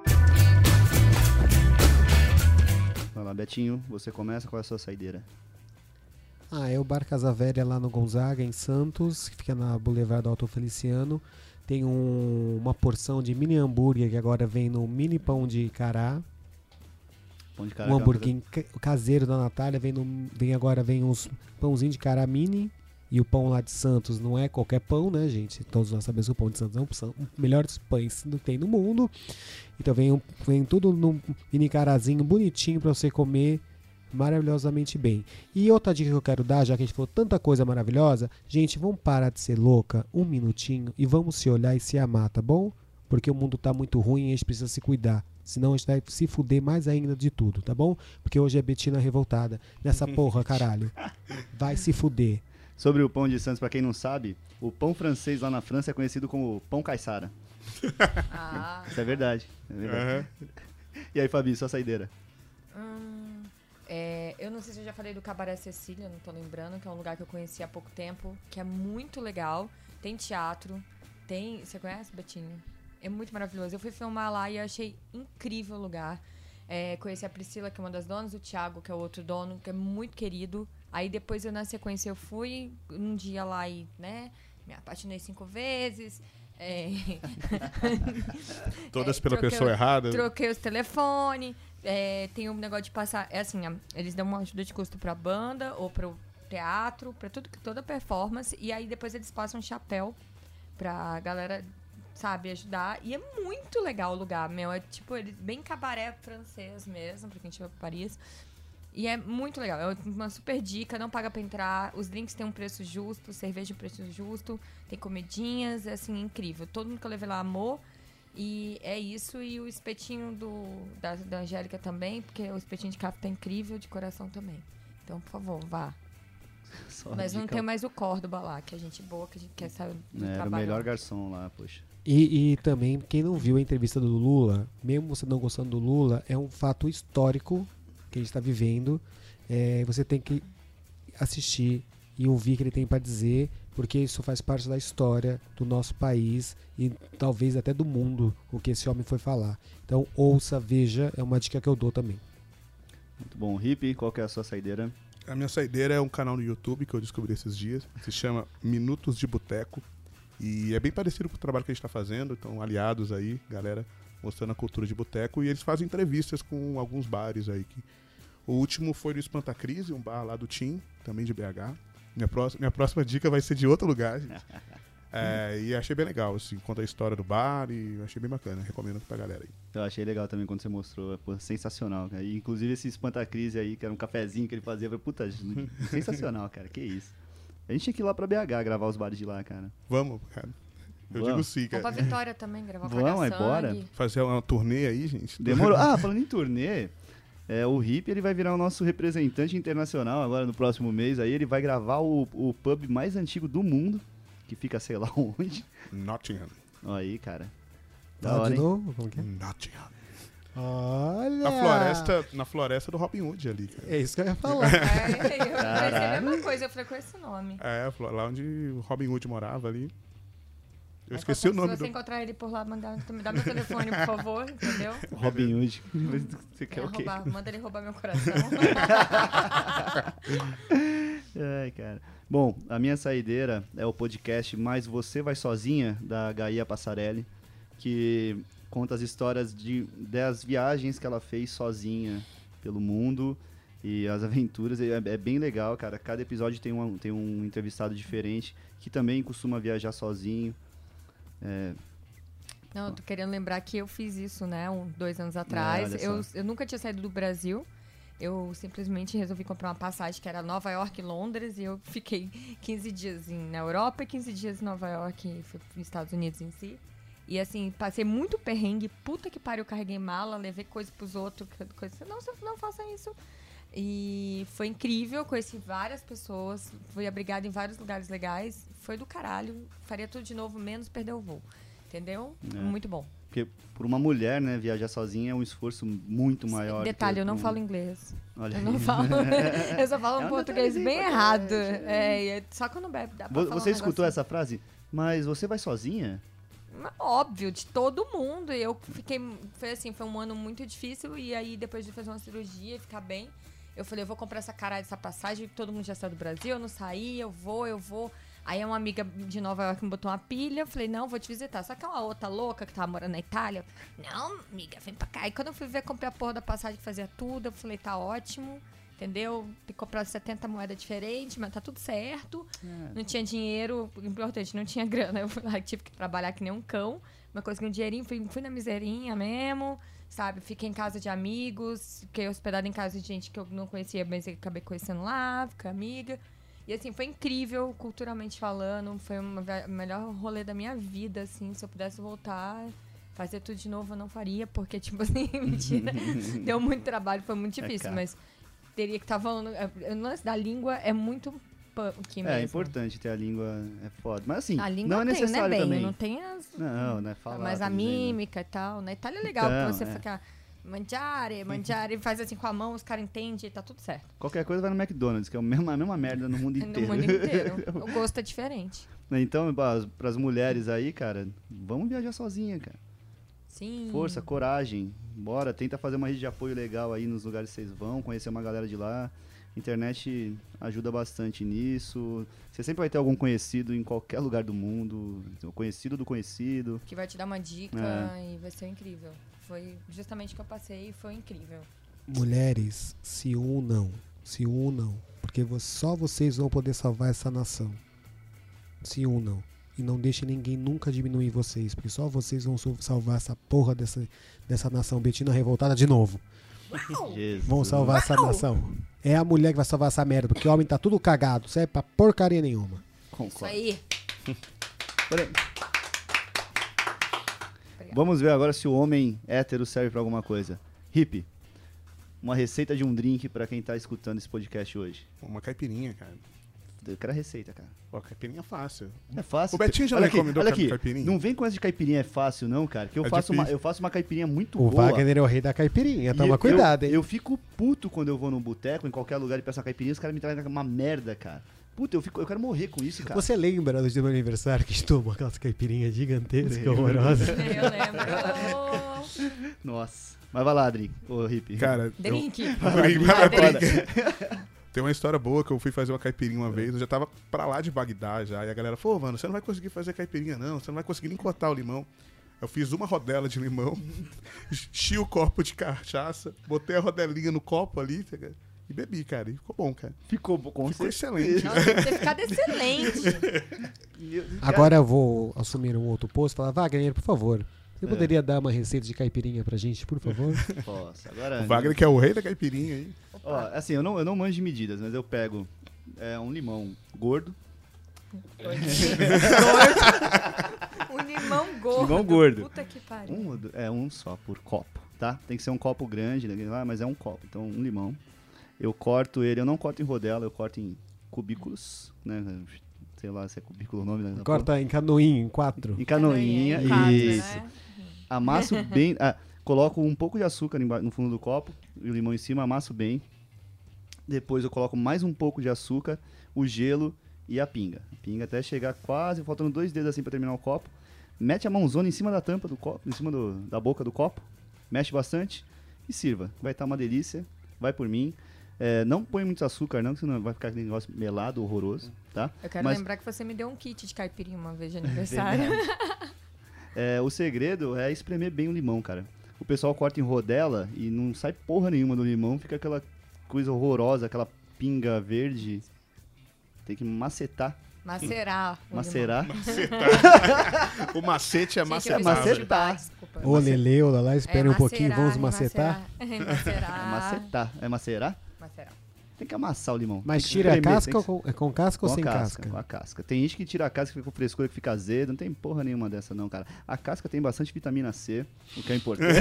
S1: Vai lá, Betinho, você começa, qual é a sua saideira?
S4: Ah, é o Bar Casa Velha lá no Gonzaga, em Santos, que fica na Boulevard do Alto Feliciano. Tem um- uma porção de mini hambúrguer que agora vem no mini pão de cará.
S1: Pão de cará,
S4: Um
S1: que é uma
S4: hambúrguer ca- caseiro da Natália, vem, no, vem agora vem uns pãozinhos de cará mini. E o pão lá de Santos não é qualquer pão, né, gente? Todos nós sabemos que o pão de Santos é um dos melhores pães que tem no mundo. Então vem, um, vem tudo num mini carazinho bonitinho pra você comer maravilhosamente bem. E outra dica que eu quero dar, já que a gente falou tanta coisa maravilhosa, gente, vamos parar de ser louca um minutinho e vamos se olhar e se amar, tá bom? Porque o mundo tá muito ruim e a gente precisa se cuidar. Senão a gente vai se fuder mais ainda de tudo, tá bom? Porque hoje é Betina revoltada. Nessa porra, caralho. Vai se fuder.
S1: Sobre o pão de Santos, pra quem não sabe, o pão francês lá na França é conhecido como pão caiçara.
S3: Ah.
S1: Isso é verdade. É verdade. E aí, Fabi, sua saideira?
S3: Hum, é, eu não sei se eu já falei do Cabaré Cecília, não tô lembrando, que é um lugar que eu conheci há pouco tempo, que é muito legal. Tem teatro, tem... Você conhece, Betinho? É muito maravilhoso. Eu fui filmar lá e eu achei incrível o lugar. É, conheci a Priscila, que é uma das donas, o Thiago, que é o outro dono, que é muito querido. Aí depois eu, na sequência, eu fui um dia lá e, né, me apaixonei cinco vezes. É...
S2: Todas
S3: É,
S2: pela
S3: troquei
S2: pessoa
S3: o-
S2: errada.
S3: Troquei os telefones. É, tem um negócio de passar. É assim, ó, eles dão uma ajuda de custo pra banda ou pro teatro, pra tudo, toda performance. E aí depois eles passam um chapéu pra galera, sabe, ajudar. E é muito legal o lugar, meu. É tipo, ele, bem cabaré francês mesmo, pra quem estiver pra Paris. E é muito legal, é uma super dica, não paga pra entrar, os drinks têm um preço justo, cerveja um preço justo, tem comidinhas, é assim, incrível. Todo mundo que eu levei lá amou, e é isso, e o espetinho do, da, da Angélica também, porque o espetinho de café tá incrível, de coração também. Então, por favor, vá.
S1: Só
S3: Mas não
S1: dica-
S3: tem mais o Córdoba lá, que é gente boa, que a gente quer sair do
S1: É, era o
S3: trabalho.
S1: melhor garçom lá, poxa.
S4: E, e também, quem não viu a entrevista do Lula, mesmo você não gostando do Lula, é um fato histórico que a gente está vivendo. É, você tem que assistir e ouvir o que ele tem para dizer, porque isso faz parte da história do nosso país e talvez até do mundo, o que esse homem foi falar. Então, ouça, veja, é uma dica que eu dou também.
S1: Muito bom. Hip, qual que é a sua saideira?
S2: A minha saideira é um canal no YouTube que eu descobri esses dias. Se chama Minutos de Boteco. E é bem parecido com o trabalho que a gente tá fazendo. Então, aliados aí, galera, mostrando a cultura de boteco, e eles fazem entrevistas com alguns bares aí. Que... O último foi no Espanta Crise, um bar lá do Tim, também de B H. Minha próxima, minha próxima dica vai ser de outro lugar, gente. É, e achei bem legal, assim, conta a história do bar e achei bem bacana, recomendo pra galera aí.
S1: Eu achei legal também quando você mostrou, pô, sensacional, cara. E, inclusive esse Espanta Crise aí, que era um cafezinho que ele fazia, eu falei, puta, sensacional, cara, que isso. A gente tinha que ir lá pra B H gravar os bares de lá, cara.
S2: Vamos, cara. Eu
S1: Vamos.
S2: digo sim,
S3: Vamos
S2: cara.
S3: pra Vitória também, gravar
S1: Vamos, é
S3: Caga
S1: bora.
S3: Sangue.
S2: Fazer uma turnê aí, gente.
S1: Demorou. Ah, falando em turnê, é, o Hip ele vai virar o nosso representante internacional agora no próximo mês. Aí ele vai gravar o, o pub mais antigo do mundo, que fica sei lá onde.
S2: Nottingham.
S1: Aí, cara. Da
S4: Fala
S1: hora,
S4: de
S1: hein?
S4: novo? Como que é?
S2: Nottingham.
S4: Olha!
S2: Na floresta, na floresta do Robin Hood ali, cara.
S4: É isso que eu ia falar.
S3: É, eu pensei a
S1: Caralho.
S3: mesma coisa, eu falei com esse nome.
S2: É, lá onde o Robin Hood morava ali. Eu
S3: Aí,
S2: esqueci o nome
S3: Se você
S2: do...
S3: encontrar ele por lá, manda, me dá meu telefone, por favor, entendeu?
S1: Robin Hood. Você quer
S3: É,
S1: o quê?
S3: roubar, manda ele roubar meu coração.
S1: Ai, cara. Bom, a minha saideira é o podcast Mais Você Vai Sozinha, da Gaia Passarelli, que conta as histórias de, das viagens que ela fez sozinha pelo mundo e as aventuras. É, é bem legal, cara. Cada episódio tem um, tem um entrevistado diferente, que também costuma viajar sozinho. É,
S3: Não, eu tô querendo lembrar que eu fiz isso, né, um, dois anos atrás.
S1: olha
S3: eu,
S1: só.
S3: eu nunca tinha saído do Brasil. Eu simplesmente resolvi comprar uma passagem que era Nova York e Londres, e eu fiquei quinze dias em, na Europa e quinze dias em Nova York e fui nos Estados Unidos em si. E assim, passei muito perrengue, puta que pariu, carreguei mala, levei coisa pros outros, coisa assim, não, não faça isso. E foi incrível, conheci várias pessoas, fui abrigada em vários lugares legais, foi do caralho, faria tudo de novo, menos perder o voo, entendeu?
S1: É.
S3: Muito bom.
S1: porque por uma mulher, né, viajar sozinha é um esforço muito maior.
S3: Detalhe,
S1: do que
S3: eu não
S1: um-
S3: falo inglês.
S1: Olha
S3: Eu
S1: aí.
S3: não falo. Eu só falo
S1: É
S3: um
S1: um
S3: português
S1: detalhezinho
S3: bem
S1: importante,
S3: errado. É, e é só quando bebe dá pra
S1: Vo-
S3: falar
S1: Você
S3: um
S1: escutou
S3: negocinho.
S1: essa frase? Mas você vai sozinha?
S3: Mas, óbvio, de todo mundo. E eu fiquei. Foi assim, foi um ano muito difícil. E aí, depois de fazer uma cirurgia e ficar bem, eu falei, eu vou comprar essa caralho dessa passagem. Todo mundo já saiu do Brasil, eu não saí, eu vou, eu vou. Aí uma amiga de Nova York me botou uma pilha. Eu falei, não, vou te visitar. Só que é uma outra louca que tava morando na Itália. Não, amiga, vem pra cá. Aí quando eu fui ver, comprei a porra da passagem que fazia tudo. Eu falei, tá ótimo. Entendeu? Tem que comprar setenta moedas diferentes, mas tá tudo certo.
S1: É.
S3: Não tinha dinheiro, importante, não tinha grana. Eu fui lá, tive que trabalhar que nem um cão. Mas consegui um dinheirinho, fui, fui na miserinha mesmo, sabe? Fiquei em casa de amigos, fiquei hospedada em casa de gente que eu não conhecia, mas eu acabei conhecendo lá, fiquei amiga. E assim, foi incrível, culturalmente falando. Foi uma ve- o melhor rolê da minha vida, assim. Se eu pudesse voltar, fazer tudo de novo, eu não faria. Porque, tipo assim, mentira. Deu muito trabalho, foi muito
S1: É,
S3: difícil.
S1: cara.
S3: mas teria que estar falando... é, O lance da língua é muito punk mesmo.
S1: É, é importante ter a língua, é foda. Mas assim,
S3: A língua
S1: não é
S3: tem,
S1: necessário
S3: né, bem?
S1: também.
S3: Não tem as...
S1: Não, né? Falar,
S3: Mas a
S1: tô dizendo.
S3: mímica e tal. Na Itália é legal,
S1: Então,
S3: porque você
S1: é.
S3: fica... Mangiare, mangiare, faz assim com a mão, os caras entendem e tá tudo certo.
S1: Qualquer coisa vai no McDonald's, que é a mesma, a mesma merda no mundo
S3: No
S1: inteiro.
S3: mundo inteiro. O gosto é diferente.
S1: Então, pras, pras mulheres aí, cara, vamos viajar sozinha, cara.
S3: Sim.
S1: Força, coragem. Bora, tenta fazer uma rede de apoio legal aí nos lugares que vocês vão, conhecer uma galera de lá. Internet ajuda bastante nisso. Você sempre vai ter algum conhecido em qualquer lugar do mundo, o conhecido do conhecido.
S3: Que vai te dar uma dica
S1: É.
S3: e vai ser incrível. Foi justamente o que eu passei e foi incrível.
S4: Mulheres, se unam, se unam, porque vo- só vocês vão poder salvar essa nação. Se unam e não deixem ninguém nunca diminuir vocês, porque só vocês vão so- salvar essa porra dessa, dessa nação. Betina revoltada de novo.
S1: Jesus.
S4: Vão salvar essa nação. É a mulher que vai salvar essa merda, porque o homem tá tudo cagado, serve pra porcaria nenhuma.
S3: Isso
S1: Concordo.
S3: aí.
S1: Peraí. Vamos ver agora se o homem hétero serve pra alguma coisa. Hip, uma receita de um drink pra quem tá escutando esse podcast hoje.
S2: Uma caipirinha, cara.
S1: Eu quero a receita, cara.
S2: Pô, caipirinha é fácil.
S1: É fácil.
S2: O Betinho já
S1: olha
S2: me
S1: aqui,
S2: recomendou
S1: olha
S2: ca-
S1: aqui.
S2: caipirinha?
S1: Não vem com essa de caipirinha é fácil, não, cara. Que eu,
S2: É
S1: faço, uma,
S2: difícil.
S1: eu faço uma caipirinha muito
S4: O
S1: boa.
S4: Wagner é o rei da caipirinha,
S1: E
S4: toma
S1: eu-
S4: cuidado,
S1: eu,
S4: hein?
S1: Eu fico puto quando eu vou num boteco, em qualquer lugar, e peço uma caipirinha, os caras me trazem uma merda, cara. Puta, eu, fico, eu quero morrer com isso, cara.
S4: Você lembra do dia do meu aniversário que a gente tomou aquelas caipirinhas gigantescas, horrorosas?
S3: Eu lembro.
S1: Nossa. Mas vai lá, Adri, ô Hip.
S2: Cara,
S3: Drink.
S2: eu...
S3: Ah,
S2: Drink. Tem uma história boa que eu fui fazer uma caipirinha uma vez, eu já tava pra lá de Bagdá já, e a galera falou, "Ô, mano, você não vai conseguir fazer caipirinha não, você não vai conseguir nem cortar o limão." Eu fiz uma rodela de limão, enchi o copo de cachaça, botei a rodelinha no copo ali, tá ligado? E bebi, cara. E ficou bom, cara.
S1: Ficou bom, com
S2: Ficou
S1: certeza.
S2: excelente.
S3: Nossa, deve ter ficado excelente.
S4: Agora eu vou assumir um outro posto e falar, Wagner, por favor, você
S1: É.
S4: poderia dar uma receita de caipirinha pra gente, por favor?
S1: Posso. Agora,
S2: O Wagner que é o rei da caipirinha aí.
S1: ó, assim, eu não, eu não manjo de medidas, mas eu pego é, um limão gordo.
S3: Um limão gordo.
S1: Limão gordo.
S3: Puta que pariu.
S1: Um, ou do- é um só por copo, tá? Tem que ser um copo grande, né? Ah, mas é um copo. Então, um limão. Eu corto ele, eu não corto em rodela, eu corto em cubículos, né? Sei lá se é cubículo o nome, né?
S4: Corta em canoinho, em quatro.
S1: Em canoinha.
S3: Em quadro,
S1: Isso.
S3: né?
S1: Amasso bem. Ah, coloco um pouco de açúcar emba- no fundo do copo e o limão em cima, amasso bem. Depois eu coloco mais um pouco de açúcar, o gelo e a pinga. A pinga até chegar quase, faltando dois dedos assim pra terminar o copo. Mete a mãozona em cima da tampa do copo, em cima do- da boca do copo. Mexe bastante e sirva. Vai estar uma delícia. Vai por mim. É, não põe muito açúcar não, senão vai ficar aquele negócio melado, horroroso, tá?
S3: Eu quero
S1: Mas-
S3: lembrar que você me deu um kit de caipirinha uma vez de aniversário.
S1: É, o segredo é espremer bem o limão, cara. O pessoal corta em rodela e não sai porra nenhuma do limão, fica aquela coisa horrorosa, aquela pinga verde. Tem que macetar.
S3: Macerar. o
S1: Macerar.
S2: O macete é
S3: limão. Gente,
S2: macetar.
S3: eu fiz
S1: Macetar.
S3: estudar, desculpa.
S4: Ô, Lele, ô, Lala, espere
S3: É
S4: um pouquinho,
S3: macerar,
S4: vamos
S3: é
S4: macetar.
S3: macerar. É macerar.
S1: É macetar. É macerar?
S3: Macerar.
S1: Tem que amassar o limão.
S4: Mas
S1: Tem que
S4: tira a
S1: espremer,
S4: casca
S1: tem
S4: ou
S1: que-
S4: com, é com casca ou
S1: com a
S4: sem
S1: casca,
S4: casca?
S1: Com a casca. Tem gente que tira a casca e fica com frescura, que fica azedo. Não tem porra nenhuma dessa não, cara. A casca tem bastante vitamina C, o que é importante.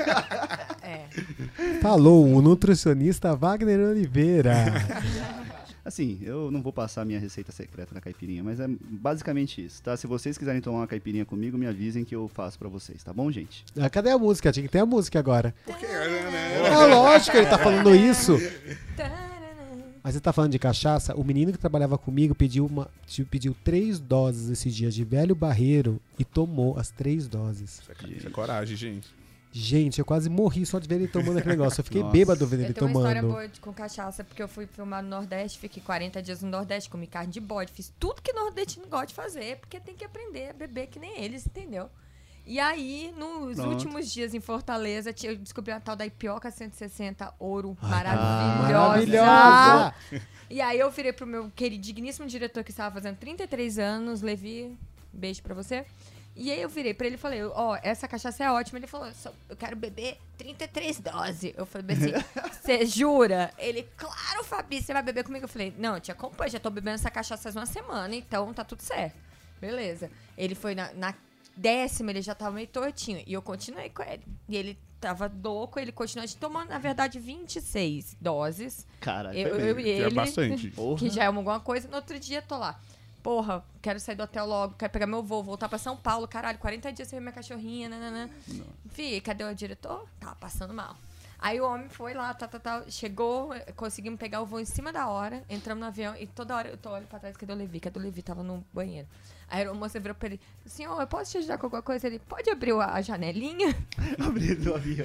S3: É.
S4: Falou o nutricionista Wagner Oliveira.
S1: Assim, eu não vou passar a minha receita secreta da caipirinha, mas é basicamente isso, tá? Se vocês quiserem tomar uma caipirinha comigo, me avisem que eu faço pra vocês, tá bom, gente?
S4: Ah, cadê a música? Tinha que ter a música agora.
S2: Porque, né?
S4: É lógico que ele tá falando isso.
S3: Tarará.
S4: Mas você tá falando de cachaça? O menino que trabalhava comigo pediu, uma, pediu três doses esse dia de velho barreiro e tomou as três doses.
S2: Isso é, isso é coragem, gente.
S4: Gente, eu quase morri só de ver ele tomando aquele negócio. Eu fiquei
S1: Nossa.
S4: bêbado vendo ele
S3: Eu tenho uma história
S4: tomando.
S3: boa de- com cachaça, porque eu fui filmar no Nordeste, fiquei quarenta dias no Nordeste, comi carne de bode, fiz tudo que nordestino gosta de fazer, porque tem que aprender a beber que nem eles, entendeu? E aí, nos
S1: Pronto.
S3: últimos dias em Fortaleza, tinha- eu descobri uma tal da Ipioca cento e sessenta Ouro,
S4: Ah,
S3: maravilhosa.
S4: maravilhosa!
S3: E aí eu virei pro meu queridíssimo diretor que estava fazendo trinta e três anos, Levi, beijo pra você. E aí eu virei pra ele e falei, ó, essa cachaça é ótima. Ele falou, "Só- eu quero beber trinta e três doses. Eu falei assim, você jura? Ele, claro, Fabi, você vai beber comigo? Eu falei, não, eu te acompanho, já tô bebendo essa cachaça faz uma semana, então tá tudo certo. Beleza. Ele foi na, na décima, ele já tava meio tortinho. E eu continuei com ele. E ele tava louco, ele continuou a gente tomando, na verdade, vinte e seis doses.
S1: Caralho,
S3: Eu,
S1: foi
S3: eu
S1: bem.
S3: e
S2: Que é
S3: ele,
S2: bastante.
S1: Porra.
S3: que já é alguma coisa. No outro dia, tô lá. Porra, quero sair do hotel logo, quero pegar meu voo, voltar pra São Paulo, caralho, quarenta dias sem ver minha cachorrinha, nananã. Fih, cadê o diretor? Tava passando mal. Aí o homem foi lá, tá, tá, tá, chegou, conseguimos pegar o voo em cima da hora, entramos no avião e toda hora eu tô olhando pra trás, cadê o Levi? Cadê o Levi? Tava no banheiro. Aí a moça virou pra ele, senhor, eu posso te ajudar com alguma coisa? Ele, pode abrir a a janelinha?
S1: Abrindo o avião.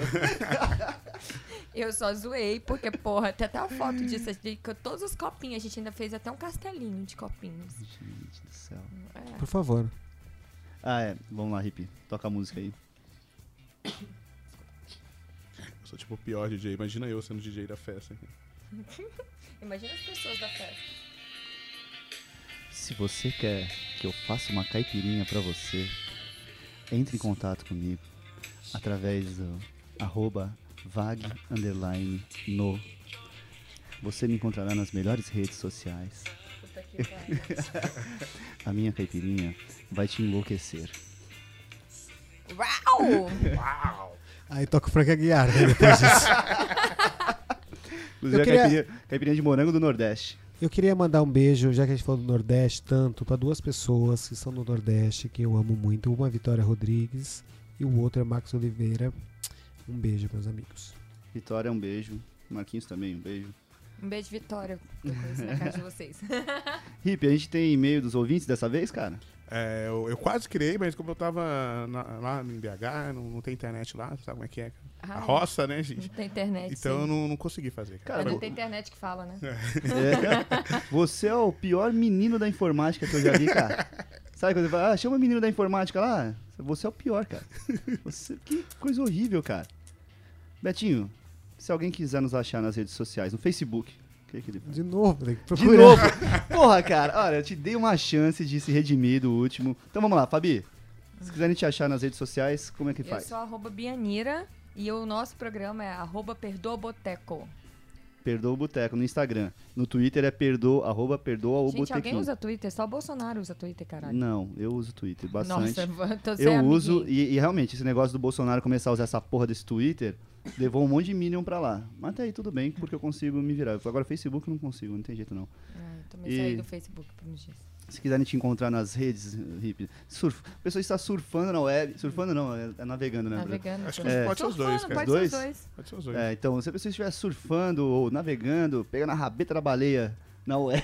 S3: Eu só zoei, porque, porra, tem até uma foto disso, de que todos os copinhos, a gente ainda fez até um castelinho de copinhos.
S1: Gente do céu.
S3: É.
S4: Por favor.
S1: Ah, é. Vamos lá, Rippy. Toca a música aí.
S2: Eu sou tipo o pior D J. Imagina eu sendo D J da festa.
S3: Imagina as pessoas da festa.
S1: Se você quer que eu faça uma caipirinha pra você, entre em contato comigo através do arroba vag underline no. Você me encontrará nas melhores redes sociais.
S3: Puta que pariu.
S1: A minha caipirinha vai te enlouquecer.
S3: Uau!
S4: Aí toca o Frank Aguiar, né, depois disso.
S1: Inclusive
S4: Eu queria-
S1: a caipirinha, caipirinha de morango do Nordeste.
S4: Eu queria mandar um beijo, já que a gente falou do Nordeste tanto, para duas pessoas que estão no Nordeste, que eu amo muito. Uma é Vitória Rodrigues e o outro é Max Oliveira. Um beijo, meus amigos.
S1: Vitória, um beijo. Marquinhos também, um beijo.
S3: Um beijo, Vitória. Depois na casa de vocês.
S1: Rippy, a gente tem e-mail dos ouvintes dessa vez, cara?
S2: É, eu, eu quase criei, mas como eu tava na- lá em B H, não, não tem internet lá, sabe como é que é?
S3: Ah,
S2: A roça, né, gente?
S3: Não tem internet.
S2: Então eu
S3: sim.
S2: não, não consegui fazer. Cara.
S3: Mas
S1: Cara,
S3: não tem internet que fala, né?
S1: É. Você é o pior menino da informática que eu já vi, cara. Sabe quando você fala, ah, chama o menino da informática lá? Você é o pior, cara. Você, que coisa horrível, cara. Betinho, se alguém quiser nos achar nas redes sociais, no Facebook, o que, que ele faz?
S4: De novo, tem que
S1: De
S4: procurar.
S1: novo? Porra, cara, olha, eu te dei uma chance de se redimir do último. Então vamos lá, Fabi. Se quiserem te achar nas redes sociais, como é que
S3: Eu
S1: faz?
S3: sou arroba Bianira e o nosso programa é arroba Perdoboteco.
S1: Perdoa o Boteco no Instagram. No Twitter é perdoa, arroba perdoa o
S3: Gente,
S1: botequinho.
S3: alguém usa Twitter? Só o Bolsonaro usa Twitter, caralho.
S1: Não, eu uso Twitter bastante.
S3: Nossa, tô sem
S1: eu
S3: amiguinho.
S1: uso, e, e realmente, esse negócio do Bolsonaro começar a usar essa porra desse Twitter, levou um monte de Minion pra lá. Mas até aí tudo bem, porque eu consigo me virar. Agora Facebook eu não consigo, não tem jeito não.
S3: Ah, eu também
S1: E-
S3: saí do Facebook por uns dias.
S1: Se quiserem te encontrar nas redes, Hip, surf, a pessoa está surfando na web, surfando não, é, é navegando, né? Bruno?
S3: Navegando.
S2: Acho que
S1: É.
S2: pode ser os dois, cara.
S3: Pode
S1: Dois?
S3: ser os dois.
S2: Pode ser os dois.
S1: É, então, se a pessoa estiver surfando ou navegando, pegando a rabeta da baleia na web,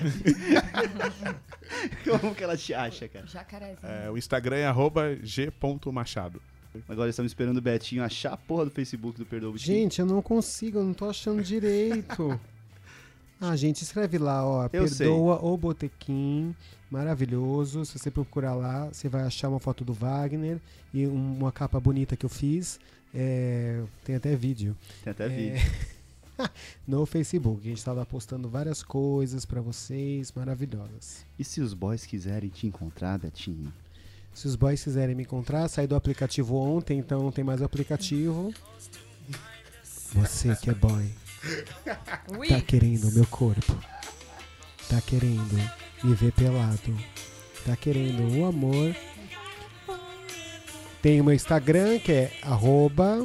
S1: como que ela te acha, cara?
S3: Jacarezinho.
S2: É, o Instagram é arroba g.machado.
S1: Agora estamos esperando o Betinho achar a porra do Facebook do Perdoa o Botequim.
S4: Gente, eu não consigo, eu não tô achando direito. Ah, gente, escreve lá, ó.
S1: Eu sei.
S4: Perdoa o Botequim. Maravilhoso. Se você procurar lá, você vai achar uma foto do Wagner e um- uma capa bonita que eu fiz. É, tem até vídeo.
S1: Tem até
S4: É,
S1: vídeo.
S4: no Facebook. A gente tá lá postando várias coisas pra vocês, maravilhosas.
S1: E se os boys quiserem te encontrar, Betinho?
S4: Se os boys quiserem me encontrar, saí do aplicativo ontem, então não tem mais o aplicativo. Você que é boy,
S3: Ui.
S4: tá querendo o meu corpo. Tá querendo me ver pelado. Tá querendo o amor. Tem o meu Instagram, que é arroba...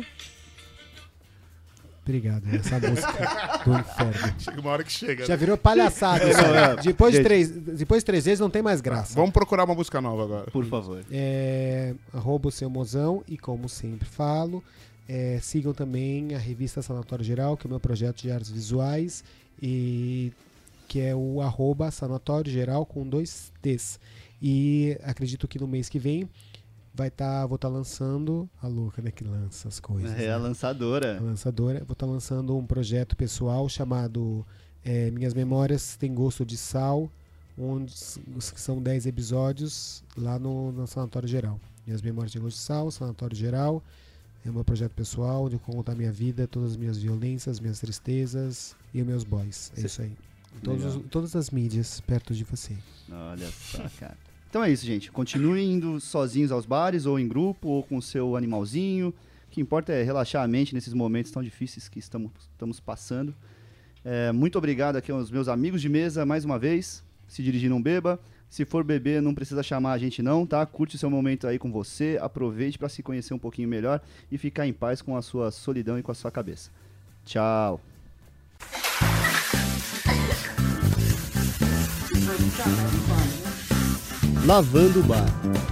S4: Obrigado, essa música do inferno.
S2: Chega uma hora que chega.
S4: Já
S2: né?
S4: virou palhaçada.
S1: É,
S4: isso aí.
S1: não, é.
S4: Depois, de
S1: Gente.
S4: três, depois de três vezes não tem mais graça.
S2: Vamos procurar uma música nova agora.
S1: Por favor.
S4: É, arroba o seu mozão e como sempre falo, é, sigam também a revista Sanatório Geral, que é o meu projeto de artes visuais, e que é o arroba Sanatório Geral com dois T's. E acredito que no mês que vem vai tá, vou estar lançando a louca, né, que lança as coisas.
S1: É a
S4: né?
S1: lançadora.
S4: A lançadora. Vou estar lançando um projeto pessoal chamado é, Minhas Memórias Tem Gosto de Sal, onde s- são dez episódios lá no, no Sanatório Geral. Minhas Memórias Tem Gosto de Sal, Sanatório Geral. É um projeto pessoal onde eu conto a minha vida, todas as minhas violências, minhas tristezas e os meus boys. É
S1: Cê-
S4: isso aí. Em todos os-
S1: Legal.
S4: todas as mídias perto de você.
S1: Olha só, cara. Então é isso, gente. Continuem indo sozinhos aos bares, ou em grupo, ou com o seu animalzinho. O que importa é relaxar a mente nesses momentos tão difíceis que estamos, estamos passando. É, muito obrigado aqui aos meus amigos de mesa, mais uma vez. Se dirigir, não beba. Se for beber, não precisa chamar a gente não, tá? Curte o seu momento aí com você, aproveite para se conhecer um pouquinho melhor e ficar em paz com a sua solidão e com a sua cabeça. Tchau. Lavando o bar.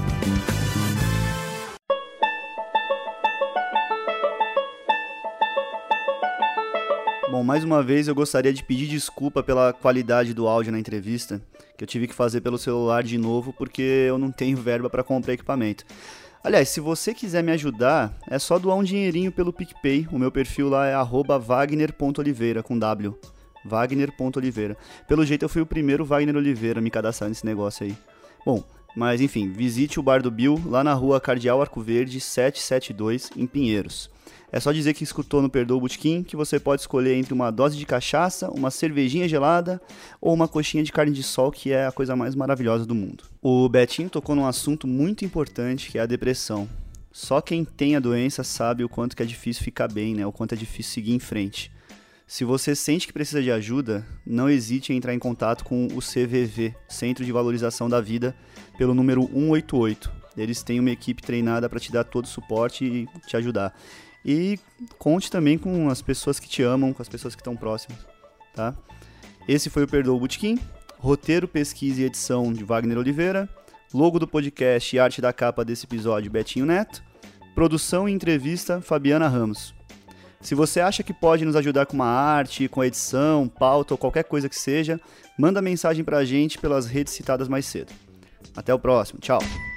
S1: Bom, mais uma vez eu gostaria de pedir desculpa pela qualidade do áudio na entrevista, que eu tive que fazer pelo celular de novo porque eu não tenho verba para comprar equipamento. Aliás, se você quiser me ajudar, é só doar um dinheirinho pelo PicPay. O meu perfil lá é arroba wagner ponto oliveira, com W. wagner ponto oliveira. Pelo jeito eu fui o primeiro Wagner Oliveira a me cadastrar nesse negócio aí. Bom, mas enfim, visite o Bar do Bill, lá na rua Cardeal Arco Verde, setecentos e setenta e dois, em Pinheiros. É só dizer que escutou no Perdoa o Botequim, que você pode escolher entre uma dose de cachaça, uma cervejinha gelada ou uma coxinha de carne de sol, que é a coisa mais maravilhosa do mundo. O Betinho tocou num assunto muito importante, que é a depressão. Só quem tem a doença sabe o quanto que é difícil ficar bem, né? O quanto é difícil seguir em frente. Se você sente que precisa de ajuda, não hesite em entrar em contato com o C V V, Centro de Valorização da Vida, pelo número um oito oito. Eles têm uma equipe treinada para te dar todo o suporte e te ajudar. E conte também com as pessoas que te amam, com as pessoas que estão próximas, tá? Esse foi o Perdoa o Botequim. Roteiro, pesquisa e edição de Wagner Oliveira. Logo do podcast e arte da capa desse episódio, Betinho Neto. Produção e entrevista, Fabiana Ramos. Se você acha que pode nos ajudar com uma arte, com a edição, pauta ou qualquer coisa que seja, manda mensagem pra gente pelas redes citadas mais cedo. Até o próximo. Tchau.